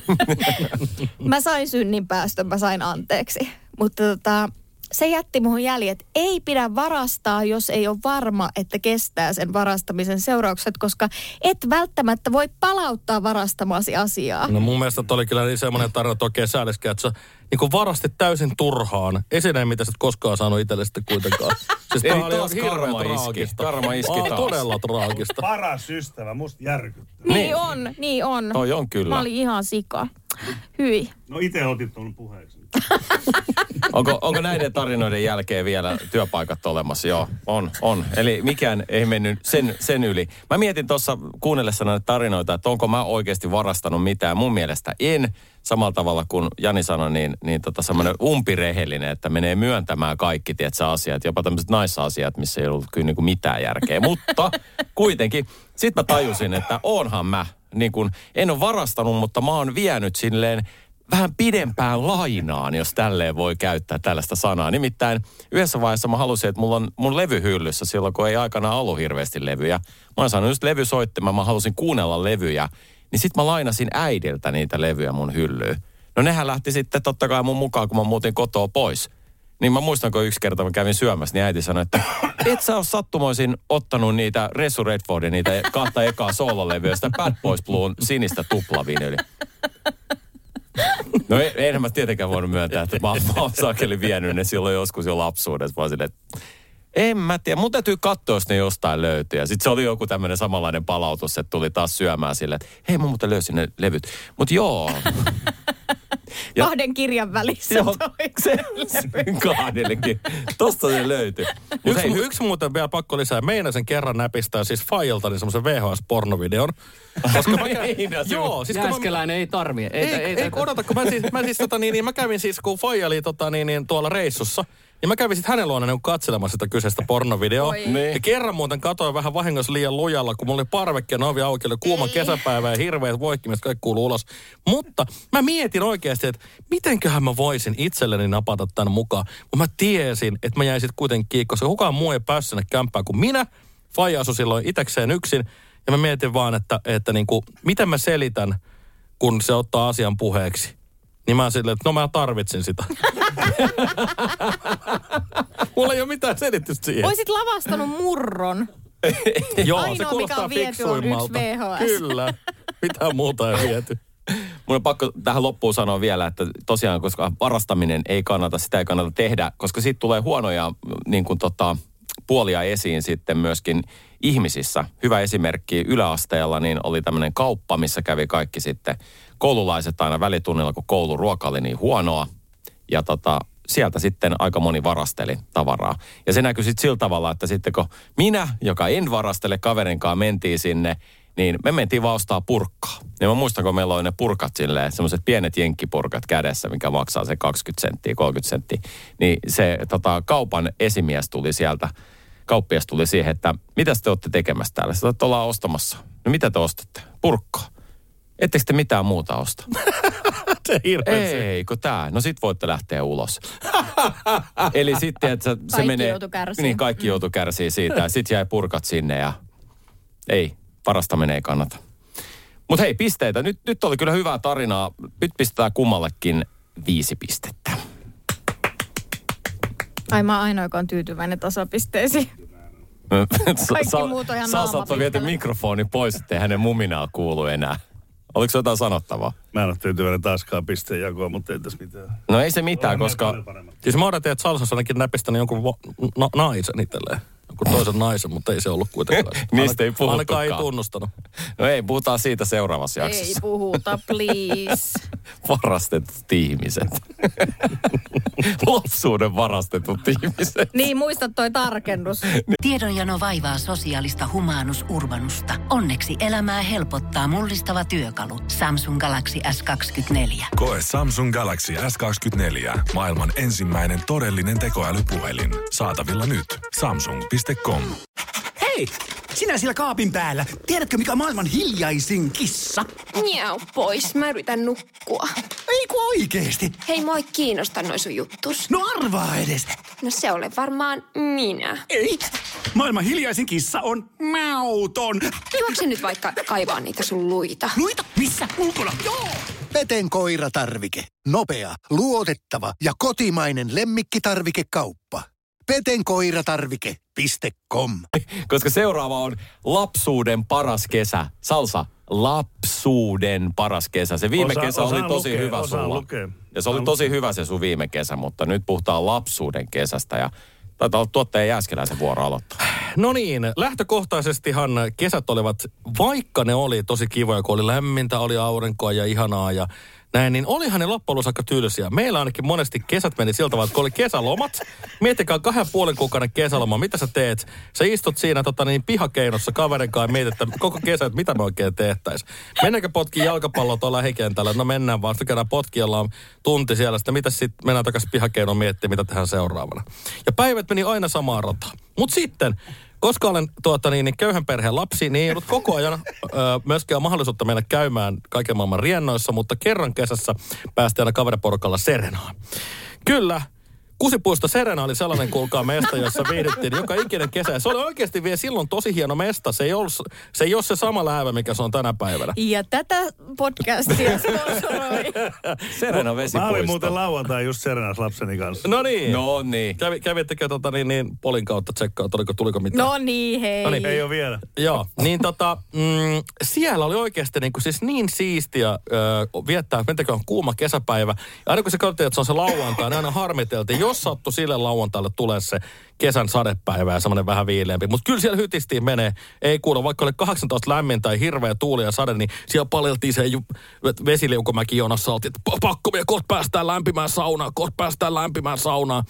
F: Mä sain synninpäästön, mä sain anteeksi. Mutta se jätti muhun jäljet. Ei pidä varastaa, jos ei ole varma, että kestää sen varastamisen seuraukset, koska et välttämättä voi palauttaa varastamasi asiaa.
J: No mun mielestä oli kyllä niin semmoinen tarina, että oikein säädeskä, että sä niin varastit täysin turhaan esineen, mitä sä et koskaan saanut itselle sitten kuitenkaan. Siis
E: eli taas karma iski taas.
J: Todella traagista.
I: Paras ystävä, musta järkyttää.
F: Niin on.
E: Toi on kyllä.
F: Mä olin ihan sika. Hyi.
I: No itse otit tuon puheeksi.
E: Onko näiden tarinoiden jälkeen vielä työpaikat olemassa? Joo, on. Eli mikään ei mennyt sen yli. Mä mietin tuossa kuunnellessa näitä tarinoita, että onko mä oikeasti varastanut mitään. Mun mielestä en. Samalla tavalla kuin Jani sanoi, niin semmoinen umpirehellinen, että menee myöntämään kaikki, tietsä, asiat. Jopa tämmöiset naisasiat, missä ei ollut kyllä niin kuin mitään järkeä. Mutta kuitenkin, sit mä tajusin, että oonhan mä, niin kuin, en ole varastanut, mutta mä oon vienyt silleen vähän pidempään lainaan, jos tälleen voi käyttää tällaista sanaa. Nimittäin yhdessä vaiheessa mä halusin, että mulla on mun levyhyllyssä silloin, kun ei aikanaan ollut hirveästi levyjä. Mä oon saanut just levysoittimaan, mä halusin kuunnella levyjä. Niin sit mä lainasin äidiltä niitä levyjä mun hyllyyn. No nehän lähti sitten totta kai mun mukaan, kun mä muutin kotoa pois. Niin mä muistan, kun yksi kerta mä kävin syömässä, niin äiti sanoi, että et sä oo sattumoisin ottanut niitä Resu Redfordin, niitä 2 ekaa soololevyä, sitä Bad Boys Bluun sinistä tuplavinyli. No enhän mä tietenkään voinut myöntää, että mä oon saakeli vienyt ne silloin joskus jo lapsuudessa. Vaan silleen, että en mä tiedä. Mun täytyy katsoa, jos ne jostain löytyy. Ja sit se oli joku tämmönen samanlainen palautus, että tuli taas syömään silleen, että hei mä muuten löysin ne levyt. Mut joo.
F: Ja 2 kirjan välissä. Joo,
E: sen 2kin. Tosta se löytyi.
J: Yksi muuten vielä pakko lisää. Meinasin kerran näpistää siis Failta niin semmoisen VHS-pornovideon. Koska
G: joo, siis Jääskeläinen ei tarvii.
J: Ei odota, kun mä kävin siis, kun Faija oli tuolla reissussa. Ja mä kävin sitten hänen luonaan katselemassa sitä kyseistä pornovideoa. Ja kerran muuten katoin vähän vahingossa liian lujalla, kun mulla oli parvekkeen ovi auki, oli kuuma kesäpäivä ja hirveät voikkimiset, kaikki kuuluu ulos. Mutta mä mietin oikeasti, että mitenköhän mä voisin itselleni napata tämän mukaan. Mutta mä tiesin, että mä jäin sitten kuitenkin, koska kukaan muu ei päässyt sinne kämppään kuin minä. Faija asui silloin itekseen yksin. Ja mä mietin vaan, että niinku, miten mä selitän, kun se ottaa asian puheeksi. Niin mä silleen, että no mä tarvitsin sitä. Mulla ei ole mitään selitystä siihen.
F: Oisit lavastanut murron.
J: Joo,
F: ainoa,
J: se kuulostaa fiksuimmalta. Kyllä, mitään muuta ei viety.
E: Mun on pakko tähän loppuun sanoa vielä, että tosiaan, koska varastaminen ei kannata, sitä ei kannata tehdä, koska siitä tulee huonoja niin kuin puolia esiin sitten myöskin ihmisissä. Hyvä esimerkki yläasteella niin oli tämmöinen kauppa, missä kävi kaikki sitten koululaiset aina välitunnilla, kun kouluruoka oli niin huonoa. Ja sieltä sitten aika moni varasteli tavaraa. Ja se näkyi sitten sillä tavalla, että sitten kun minä, joka en varastele, kaverinkaan mentiin sinne, niin me mentiin vaan ostaa purkkaa. Ja mä muistan, kun meillä oli ne purkat silleen, semmoiset pienet jenkkipurkat kädessä, mikä maksaa se 20 senttiä, 30 senttiä. Niin se kaupan esimies tuli sieltä, kauppias tuli siihen, että mitä te olette tekemässä täällä? Sitä ollaan ostamassa. No mitä te ostatte? Purkkaa. Ettekö te mitään muuta osta? Ei, kun tää. No sit voitte lähteä ulos. Eli sitten, että se menee... Niin, kaikki joutuu kärsiä siitä. Sitten jäi purkat sinne ja ei, varastaminen ei kannata. Mutta hei, pisteitä. Nyt oli kyllä hyvää tarinaa. Nyt pistetään kummallekin 5 pistettä.
F: Ai mä oon ainoa, joka on tyytyväinen tasapisteisiin. Kaikki muut on ihan
E: Salsalta viety mikrofoni pois, ettei hänen muminaa kuulu enää. Oliko jotain sanottavaa?
I: Mä en ole tyytyväinen taaskaan pisteenjakoa, mutta ei tässä mitään.
E: No ei se mitään, koska...
J: Siis mä odotin, että Salsassa ainakin näpistänyt jonkun naisen itselleen. Jonkun toisen naisen, mutta ei se ollut kuitenkaan.
E: Niistä ei puhuttukaan.
J: Ainakaan ei tunnustanut.
E: No ei, puhutaan siitä seuraavassa jaksossa.
F: Ei puhuta, please.
E: Varastetut ihmiset. Lapsuuden varastetut ihmiset.
F: Niin, muista toi tarkennus.
A: Tiedonjano vaivaa sosiaalista humanus urbanusta. Onneksi elämää helpottaa mullistava työkalu. Samsung Galaxy S24.
B: Koe Samsung Galaxy S24. Maailman ensimmäinen todellinen tekoälypuhelin. Saatavilla nyt. Samsung.com.
K: Hei! Sinä siellä kaapin päällä. Tiedätkö, mikä on maailman hiljaisin kissa?
L: Miau pois, mä yritän nukkua.
K: Eiku oikeesti?
L: Hei, moi kiinnosta noi sun juttus.
K: No arvaa edes.
L: No se ole varmaan minä.
K: Ei. Maailman hiljaisin kissa on mauton.
L: Juokse nyt vaikka kaivaa niitä sun luita.
K: Luita? Missä? Ulkona? Joo!
M: Peten koiratarvike. Nopea, luotettava ja kotimainen lemmikkitarvikekauppa. petenkoiratarvike.com.
E: Koska seuraava on lapsuuden paras kesä. Salsa, lapsuuden paras kesä. Se viime kesä oli tosi hyvä sulla. Ja se oli tosi hyvä se sun viime kesä, mutta nyt puhutaan lapsuuden kesästä ja taitaa olla tuottaja Jääskeläisen vuoro aloittaa.
J: No niin, lähtökohtaisestihan kesät olivat, vaikka ne oli tosi kivoja, kun oli lämmintä, oli aurinkoa ja ihanaa ja näin, niin olihan ne loppujen lopuksi aika tylsiä. Meillä ainakin monesti kesät meni siltä tavalla, että kun oli kesälomat, miettikää 2,5 kuukauden kesäloma, mitä sä teet? Sä istut siinä pihakeinossa kaverin kanssa ja mietit, että koko kesä, että mitä me oikein tehtäis. Mennäänkö potkiin jalkapalloa tuolla lähikentällä? No mennään vaan, sitten käydään potkiellaan tunti siellä, sitten mitä sitten mennään takaisin pihakeinoon miettimään, mitä tehdään seuraavana. Ja päivät meni aina samaan rataan. Mutta sitten... Koska olen köyhän perheen lapsi, niin ei ollut koko ajan myöskään mahdollisuutta mennä käymään kaiken maailman riennoissa, mutta kerran kesässä päästiin aina kaveriporukalla Serenaan. Kyllä, Kusipuisto Serena oli sellainen, kuulkaa, mesta, jossa viihdyttiin joka ikinen kesä. Ja se oli oikeasti vielä silloin tosi hieno mesta. Se ei ole se sama läävä, mikä se on tänä päivänä.
F: Ja tätä podcastia sponsoroi
E: Serena vesipuisto.
I: Mä olin muuten lauantai just Serenas lapseni kanssa.
J: No niin.
E: No niin.
J: Kävittekö Polin kautta tsekkaa, tuliko mitään?
F: No niin, hei.
J: No niin.
I: Ei ole vielä.
J: Joo, niin siellä oli oikeasti niin siistiä viettää, mentäkö on kuuma kesäpäivä. Ja aina kun se katsottiin, että se on se lauantai, niin aina harmiteltiin, jos sattui sille lauantaille tulee se kesän sadepäivä ja semmoinen vähän viileämpi. Mutta kyllä siellä hytistiin menee. Ei kuule, vaikka oli 18 lämmin tai hirveä tuuli ja sade, niin siellä paljoltiin se vesiliukumäki jonassa oltiin, että pakko vielä, kohta päästään lämpimään saunaan.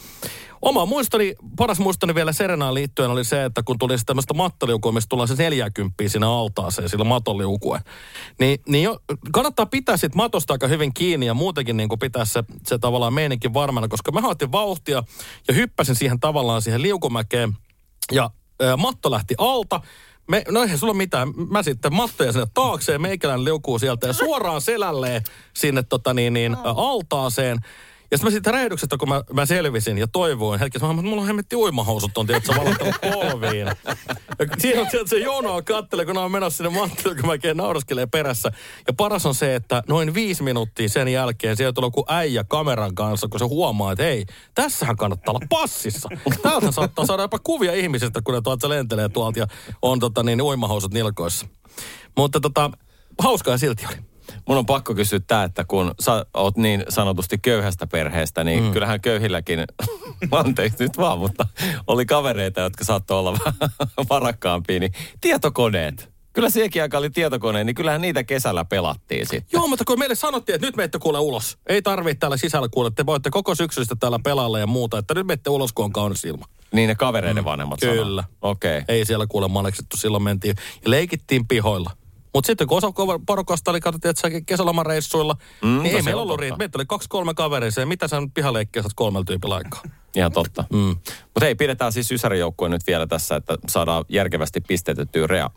J: Paras muistoni vielä Serenaan liittyen oli se, että kun tuli tämmöistä mattoliukua, mistä tullaan se 40 sinne altaaseen, sillä matoliukuen. Niin kannattaa pitää sit matosta aika hyvin kiinni ja muutenkin niin kuin pitää se tavallaan meininkin varmana, koska mä otin vauhtia ja hyppäsin siihen liukumäkeen ja matto lähti alta. No eihän sulla mitään. Mä sitten mattoja sinne taakseen, meikäläinen liukuu sieltä ja suoraan selälleen sinne altaaseen. Ja sitten mä siitä räjähdyksestä, kun mä selvisin ja toivoin hetkessä, mulla on hemmetti uimahousut on, tiedätkö, valottanut polviin. Ja siinä on se Joona kattelee, kun on menossa sinne mattoon, kun mä nauraskelee perässä. Ja paras on se, että noin 5 minuuttia sen jälkeen siellä tulee joku äijä kameran kanssa, kun se huomaa, että hei, tässähän kannattaa olla passissa. Täältä saattaa saada jopa kuvia ihmisistä, kun ne tuolta lentelee tuolta ja on uimahousut nilkoissa. Mutta hauskaa silti oli.
E: Mun on pakko kysyä tää, että kun sä oot niin sanotusti köyhästä perheestä, niin kyllähän köyhilläkin, anteeksi nyt vaan, mutta oli kavereita, jotka saattoi olla vähän varakkaampia, niin tietokoneet. Kyllä siihenkin aika oli tietokone, niin kyllähän niitä kesällä pelattiin sitten.
J: Joo, mutta kun meille sanottiin, että nyt menette kuule ulos. Ei tarvitse täällä sisällä kuule, te voitte koko syksystä täällä pelailla ja muuta, että nyt menette ulos, kun on kaunis ilma.
E: Niin ne kavereiden vanhemmat sanoo.
J: Kyllä.
E: Okei. Okay.
J: Ei siellä kuule maleksettu, silloin mentiin ja leikittiin pihoilla. Mutta sitten kun osa porukasta oli, katsottiin, että kesälomareissuilla, niin ei meillä ollut riitä. Meitä oli 2-3 kaveria, ja mitä sä nyt pihaleikkiä saat 3 tyypillä aikaa?
E: Ihan totta. Mutta hei, pidetään siis Ysäri-joukkue nyt vielä tässä, että saadaan järkevästi pistetettyä Rea.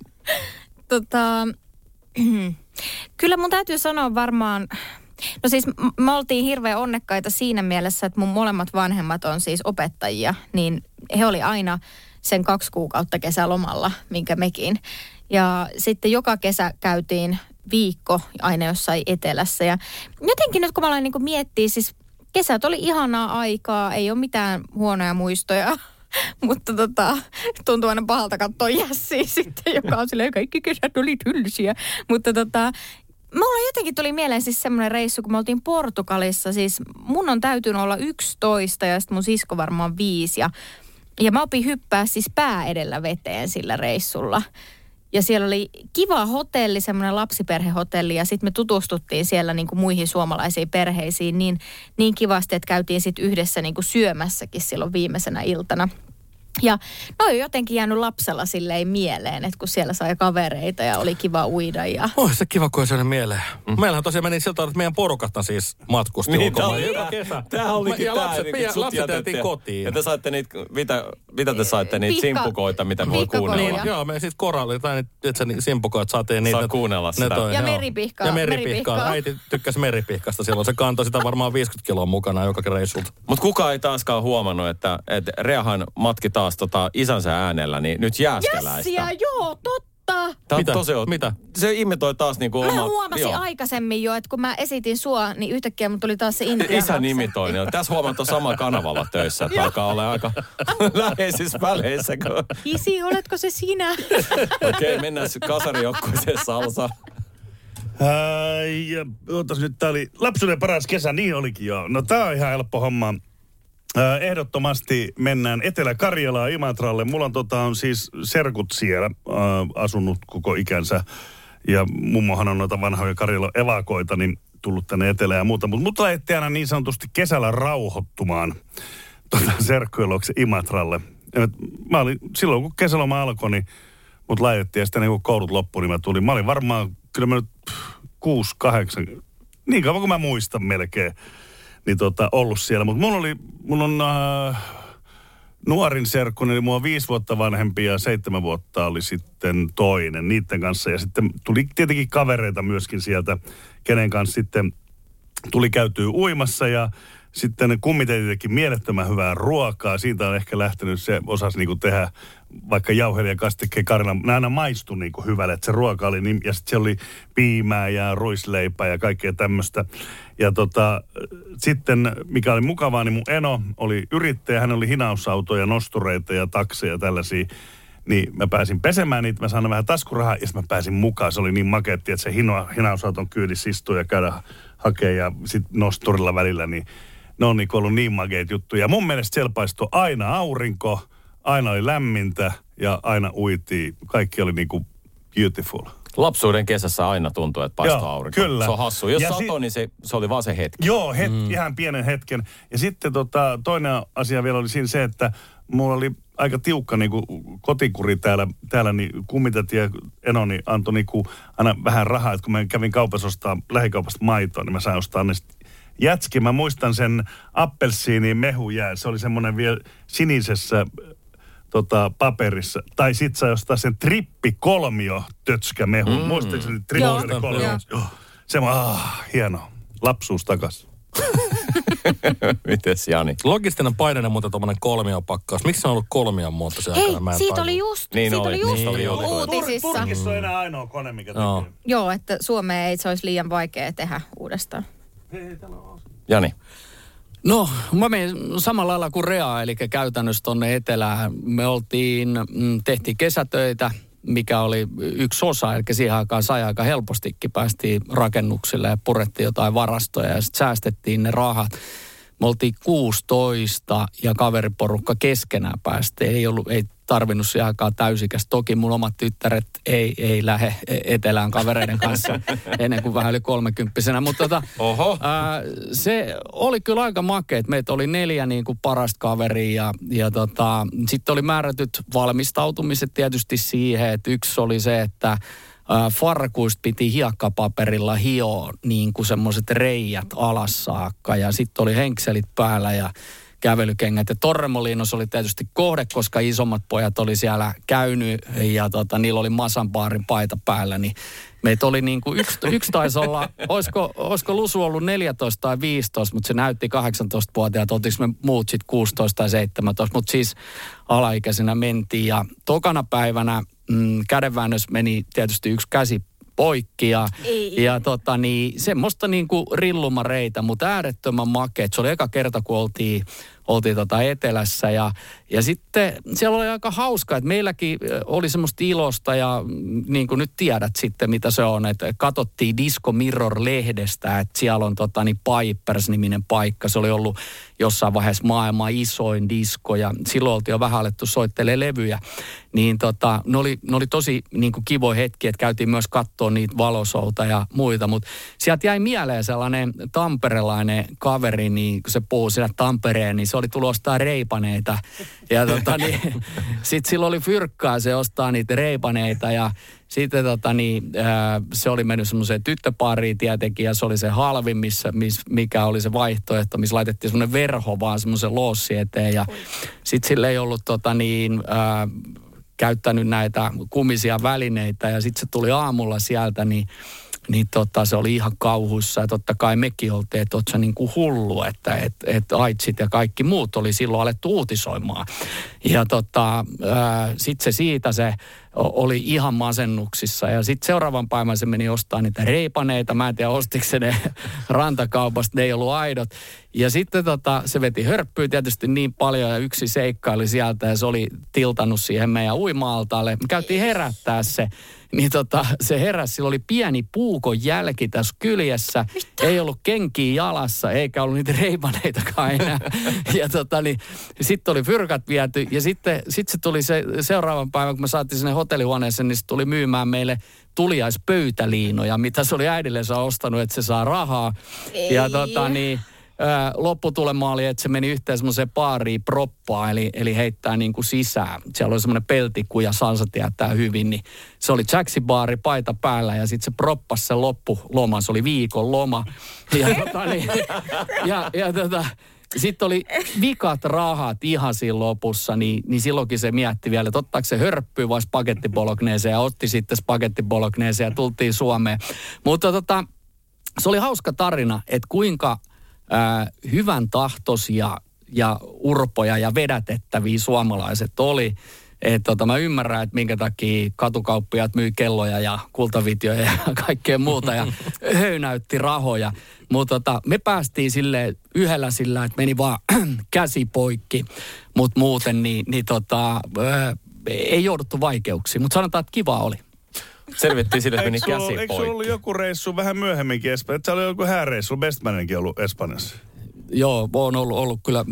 F: Kyllä mun täytyy sanoa varmaan, no siis me oltiin hirveän onnekkaita siinä mielessä, että mun molemmat vanhemmat on siis opettajia, niin he oli aina sen 2 kuukautta kesälomalla, minkä mekin. Ja sitten joka kesä käytiin viikko aina jossain etelässä. Ja jotenkin nyt kun mä aloin niin miettiä, siis kesät oli ihanaa aikaa, ei ole mitään huonoja muistoja. Mutta tuntuu aina pahalta katsoa Jässiä sitten, joka on silleen, kaikki kesät oli tylsiä. Mutta mulla jotenkin tuli mieleen siis semmoinen reissu, kun me oltiin Portugalissa. Siis mun on täytynyt olla 11 ja sitten mun sisko varmaan 5. Ja mä opin hyppää siis pää edellä veteen sillä reissulla. Ja siellä oli kiva hotelli, semmoinen lapsiperhehotelli, ja sitten me tutustuttiin siellä niin kuin muihin suomalaisiin perheisiin niin kivasti, että käytiin sitten yhdessä niin kuin syömässäkin silloin viimeisenä iltana. Ja no on jotenkin jäänyt lapsella silleen mieleen, että kun siellä sai kavereita ja oli kiva uida. Ja...
J: se kiva, kun se mieleen. Meillähän tosiaan meni siltä, että meidän porukasta siis matkusti ulkomaan joka kesä.
E: Tämä olikin
J: ja lapset jätettiin kotiin.
E: Ja te saitte niitä, mitä te saitte, niitä simpukoita, mitä voi kuunnella?
J: Niin, joo, me siis koralli, tai että simpukoita saatiin niitä.
E: Saa kuunnella sitä.
F: Ja meripihkaa.
J: Ja meripihkaa. Äiti tykkäsi meripihkasta silloin. Se kantoi sitä varmaan 50 kiloa mukana joka reissulta.
E: Mutta kukaan ei taaskaan huomannut, että Reahan matki taas isänsä äänellä, niin nyt Jääskeläistä.
F: Jässiä, joo, totta.
J: Mitä?
E: Se imitoi taas niinku oma...
F: Mä huomasin aikaisemmin jo, että kun mä esitin sua, niin yhtäkkiä mun tuli taas se Intian
E: Isän imitoin. Tässä huomaat on sama kanavalla töissä, että alkaa olla aika läheisissä väleissä.
F: Isi, oletko se sinä?
E: Okei, mennään kasarijoukkueeseen Salsa.
I: Ootas nyt, tää oli lapsuuden paras kesä, niin olikin joo. No tää on ihan helppo homma. Ehdottomasti mennään Etelä-Karjalaan, Imatralle. Mulla on siis serkut siellä asunut koko ikänsä. Ja mummohan on noita vanhoja Karjalan evakoita, niin tullut tänne etelään ja muuta. Mutta mut lähdettiin aina niin sanotusti kesällä rauhoittumaan serkkujen luokse Imatralle. Mä olin, silloin kun kesäloma alkoi, niin mut laitettiin ja sitten kun koulut loppui, niin mä olin varmaan, kyllä mä nyt 6-8, niin kauan kuin mä muistan melkein. Niin ollut siellä. Mutta mulla on nuorin serkku, eli mua 5 vuotta vanhempi ja 7 vuotta oli sitten toinen niiden kanssa. Ja sitten tuli tietenkin kavereita myöskin sieltä, kenen kanssa sitten tuli käytyä uimassa ja sitten ne kummiteet teki mielettömän hyvää ruokaa. Siitä on ehkä lähtenyt se, osasi niinku tehdä vaikka jauhelijan kanssa tekee Karjalan. Nämä aina maistui niinku hyvälle, että se ruoka oli niin, ja sitten se oli piimää ja ruisleipää ja kaikkea tämmöistä. Ja sitten, mikä oli mukavaa, niin mun eno oli yrittäjä, hän oli hinausautoja, nostureita ja takseja tällaisia. Niin mä pääsin pesemään niitä, mä sain vähän taskurahaa ja sitten mä pääsin mukaan. Se oli niin makeetti, että se hinausauton kyydissä istuu ja käydä hakemaan ja sitten nosturilla välillä, niin ne on niinku ollut niin makeet juttuja. Mun mielestä siellä paistoi aina aurinko, aina oli lämmintä ja aina uitiin. Kaikki oli niinku beautiful.
E: Lapsuuden kesässä aina tuntui, että paistoi aurinko.
I: Kyllä.
E: Se on hassu. Jos satoi, niin se oli vaan se hetki.
I: Joo, ihan pienen hetken. Ja sitten toinen asia vielä oli siinä se, että mulla oli aika tiukka niinku kotikuri täällä niin kummitat ja enoni antoi niinku aina vähän rahaa, että kun mä kävin kaupassa ostaa lähikaupasta maitoa, niin mä sain ostaa ne jätski. Mä muistan sen appelsiinin mehujää. Se oli semmoinen vielä sinisessä paperissa. Tai sit sai ostaa sen trippikolmio tötskämehu. Muistaakseni trippikolmio. Se on hieno. Lapsuus takas.
E: Mites Jani?
J: Logistinen paininen muuten tommonen kolmiopakkaus. Miksi se on ollut kolmion muotoisia aikana?
F: Hei, siitä oli just uutisissa.
I: Turkissa on enää ainoa kone, mikä tekee.
F: Joo, että Suomeen ei se olisi liian vaikea tehdä uudestaan.
E: Jani?
G: No, mä menin samalla lailla kuin Rea, eli käytännössä tonne etelään. Me tehtiin kesätöitä, mikä oli yksi osa, eli siihen aikaan sai aika helpostikin. Päästiin rakennuksille ja purettiin jotain varastoja ja sitten säästettiin ne rahat. Me oltiin 16 ja kaveriporukka keskenään päästiin. Ei tarvinnut siihen aikaan täysikäs. Toki mun omat tyttäret ei lähde etelään kavereiden kanssa ennen kuin vähän yli 30-vuotiaana. Mutta se oli kyllä aika makea. Meitä oli 4 niin kuin parasta kaveria ja sitten oli määrätyt valmistautumiset tietysti siihen, että yksi oli se, että farkuista piti hiekkapaperilla hioa niin kuin semmoiset reijät alas saakka ja sitten oli henkselit päällä ja kävelykengät. Ja Torremolinos oli tietysti kohde, koska isommat pojat oli siellä käynyt ja niillä oli Masanbaarin paita päällä, niin meitä oli niin kuin yksi taisi olla, olisiko Lusu ollut 14 tai 15, mutta se näytti 18-vuotiaat, oltiinko me muut sitten 16 tai 17, mutta siis alaikäisenä mentiin ja tokana päivänä kädenväännössä meni tietysti yksi käsi poikki ja semmoista niinku rillumareita, mutta äärettömän makeet. Se oli eka kerta, kun oltiin oltiin etelässä ja sitten siellä oli aika hauska, että meilläkin oli semmoista ilosta ja niin kuin nyt tiedät sitten mitä se on, että katsottiin Disco Mirror-lehdestä, että siellä on Pipers-niminen paikka, se oli ollut jossain vaiheessa maailman isoin disko ja silloin oltiin jo vähän alettu soittelemaan levyjä, niin ne oli tosi niin kuin kivoja hetkiä, että käytiin myös katsoa niitä valosouta ja muita, mutta sieltä jäi mieleen sellainen tamperelainen kaveri, niin kun se puhui siellä Tampereen, niin se oli tullut ostaa reipaneita ja sitten sillä oli fyrkkaa se ostaa niitä reipaneita ja sitten se oli mennyt semmoiseen tyttöpariin tietenkin ja se oli se halvin, mikä oli se vaihtoehto, missä laitettiin semmoinen verho vaan semmoisen loossi eteen ja sitten sillä ei ollut käyttänyt näitä kumisia välineitä ja sitten se tuli aamulla sieltä, niin se oli ihan kauhuissa ja totta kai mekin oltiin, että oot sä niin kuin hullu, että aitsit ja kaikki muut oli silloin alettu uutisoimaan. Ja sitten se oli ihan masennuksissa ja sitten seuraavan päivän se meni ostamaan niitä reipaneita. Mä en tiedä, ostiko se ne rantakaupasta, ne ei ollut aidot. Ja sitten se veti hörppyä tietysti niin paljon ja yksi seikkaili sieltä ja se oli tiltannut siihen meidän uima-altaalle. Me käytiin herättää se. Niin se heräsi, sillä oli pieni puukon jälki tässä kyljessä. Mitä? Ei ollut kenkiä jalassa, eikä ollut niitä reipaneitakaan enää. Ja sitten oli fyrkat viety ja sitten se tuli se seuraavan päivän, kun me saatiin sinne hotellihuoneeseen, niin se tuli myymään meille tuliaispöytäliinoja, mitä se oli äidillensä ostanut, että se saa rahaa. Ei. Ja lopputulema oli, että se meni yhteen semmoiseen baariin proppaan, eli heittää niin kuin sisään. Siellä oli semmoinen peltikuja, Salsa tietää hyvin, niin se oli Jacksi-baari, paita päällä ja sitten se proppasi sen loppuloman, se oli viikon loma. Sitten oli vikat rahat ihan siinä lopussa, niin silloinkin se mietti vielä, että ottaako se hörppyä vai spagettibolognese ja otti sitten spagettibolognese ja tultiin Suomeen. Mutta se oli hauska tarina, että kuinka hyvän tahtoisia ja urpoja ja vedätettäviä suomalaiset oli. Että mä ymmärrän, että minkä takia katukauppiaat myy kelloja ja kultavitjoja ja kaikkea muuta ja höynäytti rahoja. Mutta me päästiin yhdellä sillä, että meni vaan käsi poikki, mutta muuten ei jouduttu vaikeuksiin. Mutta sanotaan, että kiva oli.
E: Selvittiin sille, että meni käsi poikki.
I: Eikö sulla ollut joku reissu vähän myöhemminkin Espanjassa? Se oli joku hääreissu, Bestmaninkin ollut Espanjassa.
G: Joo, on ollut kyllä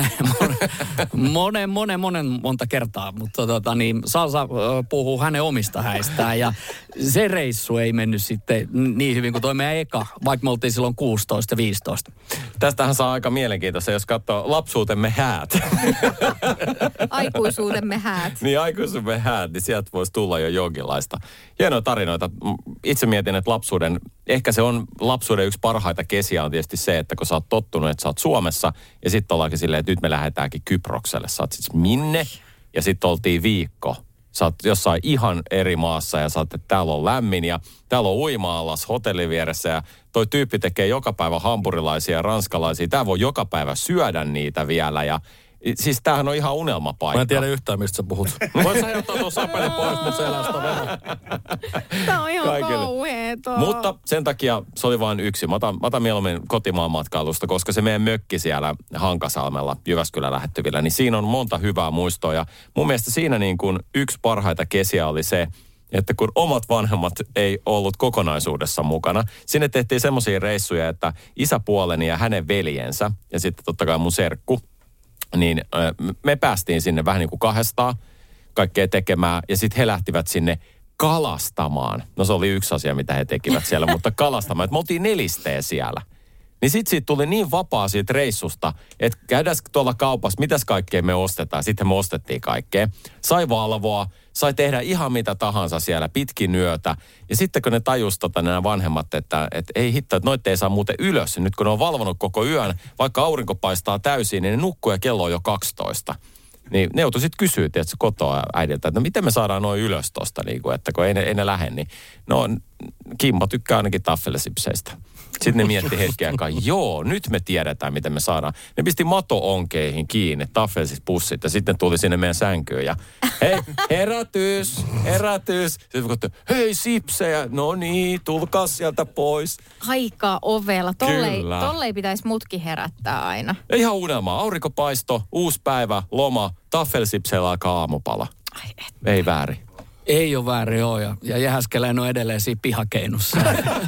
G: monta kertaa, mutta Salsa puhuu hänen omista häistään ja se reissu ei mennyt sitten niin hyvin kuin toi meidän eka, vaikka me oltiin silloin 16 ja 15.
E: Tästähän saa aika mielenkiintoista, jos katsoo lapsuutemme häät.
F: Aikuisuutemme häät.
E: Niin, aikuisuutemme häät, niin sieltä voisi tulla jo jonkinlaista. Hienoja tarinoita. Itse mietin, että ehkä se on lapsuuden yksi parhaita kesiä on tietysti se, että kun sä oot tottunut, että sä oot Suomessa ja sitten ollaankin silleen, että nyt me lähdetäänkin Kyprokselle. Sä oot siis minne? Ja sitten oltiin viikko. Sä oot jossain ihan eri maassa ja sä oot, että täällä on lämmin ja täällä on uima-alas hotellin vieressä ja toi tyyppi tekee joka päivä hampurilaisia ja ranskalaisia. Tää voi joka päivä syödä niitä vielä ja siis tämähän on ihan unelmapaikka.
J: Mä en tiedä yhtään, mistä sä puhut. Voit sä ottaa tuon sapelin pois mun selästä.
F: Tää on ihan kauheeta.
E: Mutta sen takia se oli vain yksi. Mä otan mieluummin kotimaan matkailusta, koska se meidän mökki siellä Hankasalmella Jyväskylän lähettyvillä, niin siinä on monta hyvää muistoa. Ja mun mielestä siinä niin kuin yksi parhaita kesiä oli se, että kun omat vanhemmat ei ollut kokonaisuudessa mukana, sinne tehtiin semmoisia reissuja, että isäpuoleni ja hänen veljensä ja sitten totta kai mun serkku, niin me päästiin sinne vähän niin kuin kahdestaan kaikkea tekemään ja sitten he lähtivät sinne kalastamaan. No se oli yksi asia, mitä he tekivät siellä, mutta kalastamaan. Että me oltiin nelisteen siellä. Niin sitten siitä tuli niin vapaa siitä reissusta, että käydään tuolla kaupassa, mitäs kaikkea me ostetaan. Sitten me ostettiin kaikkea. Sai valvoa, sai tehdä ihan mitä tahansa siellä pitkin yötä. Ja sitten kun ne tajus nämä vanhemmat, että ei hitto, että noit ei saa muuten ylös. Nyt kun ne on valvonut koko yön, vaikka aurinko paistaa täysin, niin ne nukkuu ja kello on jo 12. Niin ne joutui sitten kysyä, tietysti kotoa äidiltä, että no miten me saadaan noin ylös tosta, niin kuin, että kun ei ne lähde, niin no Kimmo tykkää ainakin taffelesipseistä. Sitten ne mietti hetken aikaa, joo, nyt me tiedetään, miten me saadaan. Ne pisti mato-onkeihin kiinni, taffelsipussit, ja sitten tuli sinne meidän sänkyyn. Ja hei, herätys. Sitten kun hei sipsejä, no niin, tulkaa sieltä pois.
F: Aika ovella. Tollei pitäisi mutki herättää aina.
E: Ihan unelmaa. Aurinkopaisto, uusi päivä, loma, taffelsipseillä alkaa aamupala.
F: Ai et.
E: Ei väärin.
G: Ei ole väärin, joo. Ja Jääskeläinen on edelleen siinä pihakeinussa.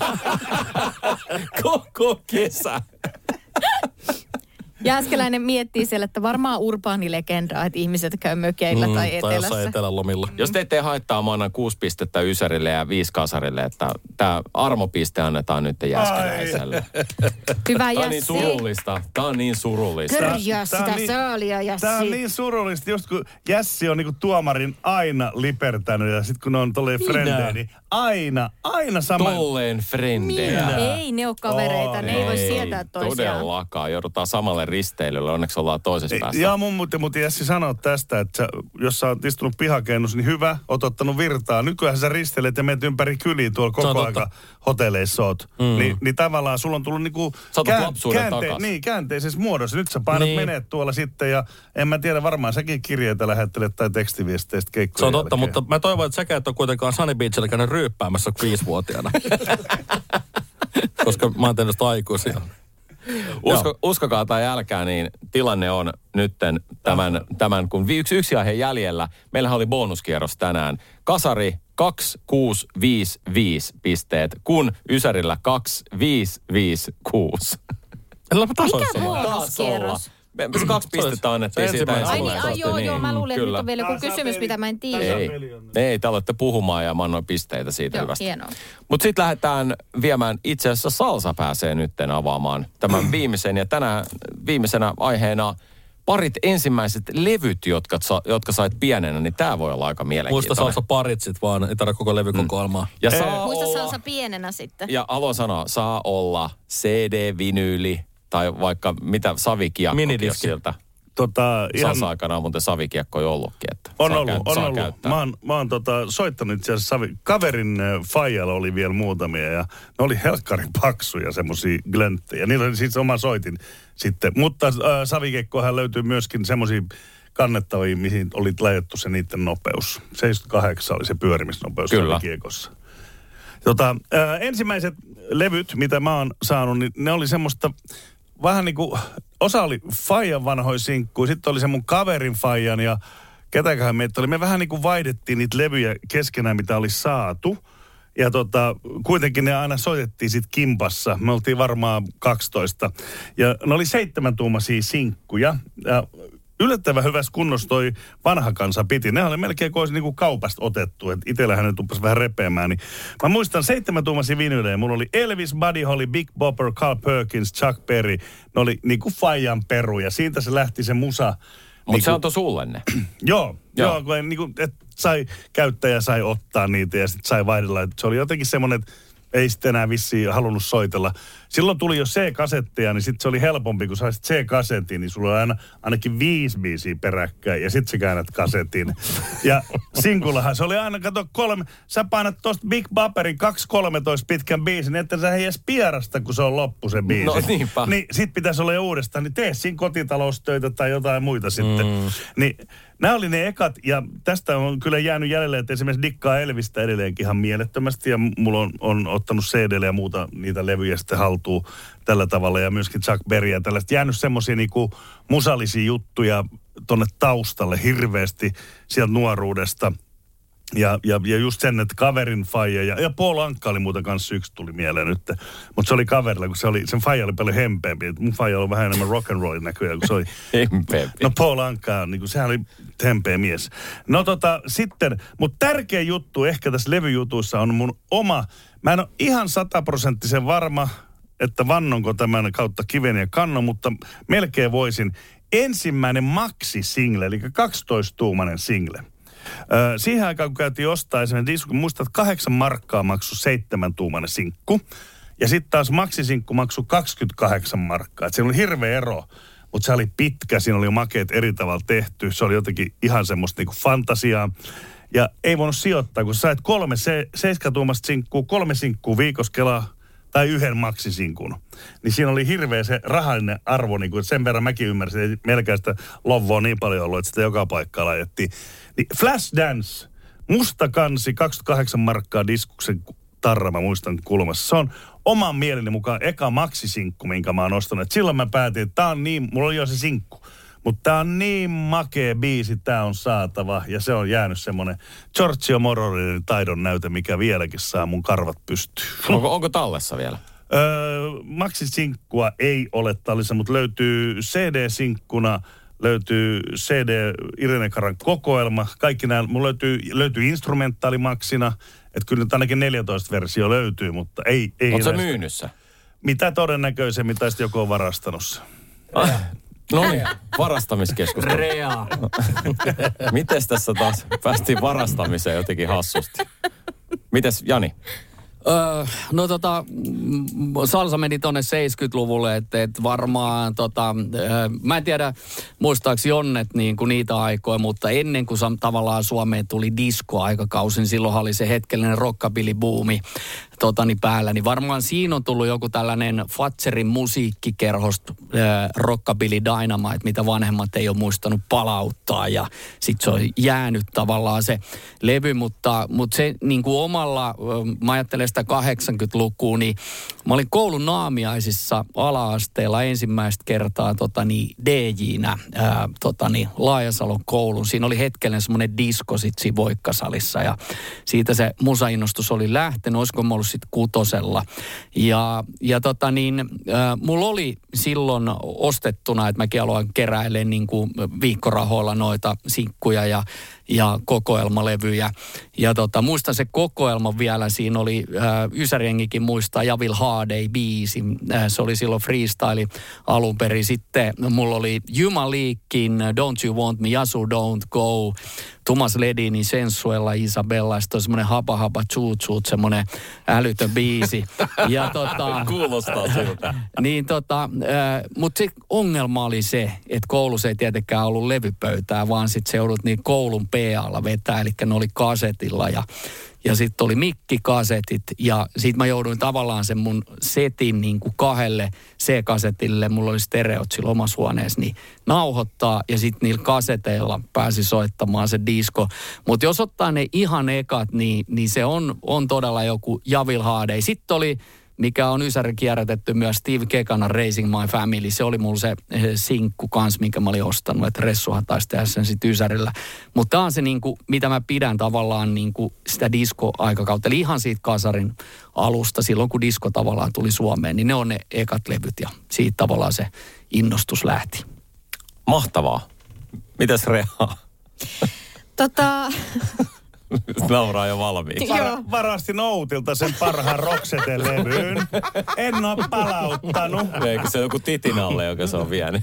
E: Koko kesä.
F: Jääskeläinen miettii siellä, että varmaan urbaanilegendaa, että ihmiset käy mökeillä tai etelässä.
J: Tai jossain etelälomilla.
E: Jos te ette haittaa, mä annan 6 pistettä Ysärille ja 5 Kasarille, että tämä armopiste annetaan nyt Jääskeläiselle.
F: Hyvä
E: Tämä on niin surullista. Tämä on niin surullista.
F: Kyrjää sitä saalia, Jässi.
I: Tämä on niin surullista, just kun Jässi on niinku tuomarin aina lipertänyt ja sitten kun ne on tolleen frendejä, niin aina sama.
E: Tolleen frendejä.
F: Ei ne ole kavereita, ne ei voi sietää toisiaan.
E: Todellakaan. Joudutaan samalle risteilylle, onneksi ollaan toisessa päässä.
I: Ja mutta Jässi sanoo tästä, että jos sä oot istunut pihakeinussa, niin hyvä, oot ottanut virtaa. Nykyään sä risteilet ja menet ympäri kyliä tuolla koko aika hotelleissa oot. Niin tavallaan sulla on tullut niinku käänteisessä muodossa. Nyt sä painat menet tuolla sitten ja en mä tiedä, varmaan säkin kirjeitä lähettelet tai tekstiviesteistä keikkojen
J: Se on totta,
I: jälkeen.
J: mutta mä toivon, että säkään et ole kuitenkaan Sunny Beachillä käynyt ryyppäämässä 5-vuotiaana. Koska mä oon tehnyt sitä aikuisia.
E: Uskokaa tai älkää, niin tilanne on nytten tämän kun yksi aihe jäljellä. Meillähän oli bonuskierros tänään. Kasari 2655 pisteet, kun Ysärillä 2556.
F: Mikä bonuskierros?
E: 2 pistettä annettiin siitä ensimmäisestä.
F: Joo, mä luulin, että nyt on vielä joku kysymys, mitä mä en tiedä.
E: Ei, te aloitte puhumaan ja mä annoin pisteitä siitä hyvästä.
F: Hienoa.
E: Mutta sitten lähdetään viemään, itse asiassa Salsa pääsee nytten avaamaan tämän viimeisen. Ja tänään viimeisenä aiheena parit ensimmäiset levyt, jotka sait pienenä, niin tämä voi olla aika mielenkiintoinen.
J: Muista Salsa parit sit vaan, ei tarvitse koko levykokoelmaa.
E: Ja
F: muista Salsa pienenä sitten.
E: Ja haluan sanoa, saa olla CD-vinyyli, tai vaikka mitä savikiekkokin sieltä. Salsa-aikana on muuten savikiekko jo ollutkin. Että
I: on ollut. Mä oon soittanut itse asiassa kaverin faijalla oli vielä muutamia ja ne oli helkkarin paksuja semmosia glönttejä. Niillä oli siis oma soitin sitten. Mutta savikiekkohan löytyy myöskin semmosia kannettavia, mihin oli laitettu se niiden nopeus. 78 oli se pyörimisnopeus savikiekossa. Ensimmäiset levyt, mitä mä oon saanut, niin ne oli semmoista vähän niin kuin, osa oli faijan vanhoja sinkkuja, sitten oli se mun kaverin faijan ja ketäköhän meitä oli. Me vähän niin kuin vaihdettiin niitä levyjä keskenään, mitä oli saatu. Ja kuitenkin ne aina soitettiin sit kimpassa. Me oltiin varmaan 12. Ja ne oli 7-tuumaisia sinkkuja. Ja yllättävän hyvässä kunnossa toi vanha kansa piti. Ne oli melkein kuin olisi niinku kaupasta otettu. Et itsellähän ne tuppasi vähän repeämään. Niin mä muistan 7-tuumaisia vinylejä. Mulla oli Elvis, Buddy Holly, Big Bopper, Carl Perkins, Chuck Berry. Ne oli niinku faijan peru. Ja siitä se lähti se musa.
E: Mutta se antoi sulle ne.
I: Joo, kun niinku, käyttäjä sai ottaa niitä ja sitten sai vaihdella. Se oli jotenkin semmoinen, että ei sitten enää vissiin halunnut soitella. Silloin tuli jo C-kasetteja, niin sitten se oli helpompi, kun saisit C-kasetin, niin sulla oli ainakin 5 biisiä peräkkäin, ja sitten sä käännät kasetin. Ja sinkullahan se oli aina, kato 3, sä painat tosta Big Bopperin 2.13 pitkän biisin, että sä ei edes pierasta, kun se on loppu se biisi.
E: No niinpä.
I: Niin sit pitäisi olla jo uudestaan, niin tee siinä kotitaloustöitä tai jotain muita sitten. Niin nämä oli ne ekat, ja tästä on kyllä jäänyt jäljelle, että esimerkiksi dikkaa Elvistä edelleenkin ihan mielettömästi, ja mulla on ottanut CD-lle ja muuta niitä levyjä sitten haltuun tällä tavalla, ja myöskin Chuck Berry ja tällaista. Jäänyt semmoisia niinku musallisia juttuja tonne taustalle hirveästi sieltä nuoruudesta. Ja just sen, että kaverin faija ja Paul Anka oli muuten kanssa yksi tuli mieleen nyt. Mutta se oli kaverilla, kun sen faija oli paljon hempeämpi. Mun faija oli vähän enemmän rock'n'rollin näköjään, kun se oli
E: hempeämpi.
I: No Paul Anka, niin sehän oli hempeä mies. No sitten, mutta tärkeä juttu ehkä tässä levyjutuissa on mun oma. Mä en ole ihan 100% varma, että vannonko tämän kautta kiven ja kannon, mutta melkein voisin. Ensimmäinen maxi-single, eli 12-tuumainen single. Siihen aikaan, kun käytiin ostaa esimerkiksi, kun muistat, 8 markkaa maksoi 7-tuumainen sinkku. Ja sitten taas maxisinkku maksoi 28 markkaa. Et siinä oli hirveä ero, mutta se oli pitkä, siinä oli makeet eri tavalla tehty. Se oli jotenkin ihan semmoista niinku fantasiaa. Ja ei voinut sijoittaa, kun sä sait 3 7-tuumasta sinkkuu, 3 sinkkuu viikossa kelaa tai yhden maksisinkun. Niin siinä oli hirveä se rahallinen arvo, niin kuin sen verran mäkin ymmärsin, ei melkein sitä lovvoa niin paljon ollut, että sitä joka paikkaa laitettiin. Niin Flashdance, musta kansi, 28 markkaa Diskuksen tarra, mä muistan kulmassa. Se on oman mieleni mukaan eka maksisinkku, minkä mä oon ostanut. Et silloin mä päätin, että tää on niin, mulla oli jo se sinkku. Mutta tää on niin makea biisi, tää on saatava. Ja se on jäänyt semmonen Giorgio Moroderin taidon näyte, mikä vieläkin saa mun karvat pystyyn.
E: Onko tallessa vielä?
I: Maksisinkkua ei ole tallessa, mutta löytyy CD-sinkkuna, löytyy CD Irene Karan kokoelma. Kaikki nämä, mulla löytyy instrumentaalimaksina, että kyllä nyt ainakin 14 versio löytyy, mutta ei.
E: Oletko sä myynyssä?
I: Mitä todennäköisemmin, tai sitten joku on varastanut se.
E: No niin, varastamiskeskustelu.
G: Rea.
E: Mites tässä taas päästiin varastamiseen jotenkin hassusti? Mites Jani?
G: Salsa meni tonne 70-luvulle, että varmaan mä en tiedä muistaaks Jonnet niin kuin niitä aikoja, mutta ennen kuin tavallaan Suomeen tuli disco-aikakausi, niin silloinhan oli se hetkellinen rockabilly-buumi päällä, niin varmaan siinä on tullut joku tällainen Fatserin musiikkikerhosta Rockabilly Dynamite, mitä vanhemmat ei ole muistanut palauttaa, ja sit se on jäänyt tavallaan se levy, mutta se niin kuin omalla, mä ajattelen sitä 80-lukua, niin mä olin koulun naamiaisissa ala-asteella ensimmäistä kertaa DJ-nä Laajasalon koulun. Siinä oli hetkellen semmoinen disko sit siinä Voikkasalissa, ja siitä se musainnostus oli lähtenyt, olisiko mä ollut sitten 6. Ja mulla oli silloin ostettuna, että mäkin aloin keräilemään niin kuin viikkorahoilla noita sinkkuja ja kokoelmalevyjä. Ja muistan se kokoelma vielä, siinä oli, Ysäriengikin muistaa Javil Hardey-biisi. Se oli silloin freestyle alun perin. Sitten mulla oli Jumaliikin Don't You Want Me, Yasu Don't Go, Thomas Ledinin Sensuella Isabella, sitten on semmoinen Hapa Hapa Choo Choo, semmoinen älytön biisi. Ja
E: kuulostaa siltä.
G: Niin mutta se ongelma oli se, että koulussa ei tietenkään ollut levypöytää, vaan sitten se joudut niin koulun PA:lla vetää, eli ne oli kasetilla ja sitten oli mikkikasetit ja sitten mä jouduin tavallaan sen mun setin niin kuin 2 C-kasetille, mulla oli stereot sillä omassa huoneessa, niin nauhoittaa ja sitten niillä kaseteilla pääsi soittamaan se disko. Mutta jos ottaa ne ihan ekat, niin se on todella joku Javil Hardey. Sitten oli, mikä on Ysäri kierrätetty myös Steve Kekanan Raising My Family. Se oli mulla se sinkku kans, minkä mä olin ostanut, että Ressuhan taisi tehdä sen sitten Ysärillä. Mutta tää on se niinku, mitä mä pidän tavallaan niinku sitä disco-aikakautta. Eli ihan siitä kasarin alusta, silloin kun disco tavallaan tuli Suomeen, niin ne on ne ekat levyt ja siitä tavallaan se innostus lähti.
E: Mahtavaa. Mitäs Rea? Nauraa jo valmiiksi.
I: Varasti Noutilta sen parhaan Roxette-levyyn. En ole palauttanut.
E: Eikö se joku Titinalle, joka se on vienyt?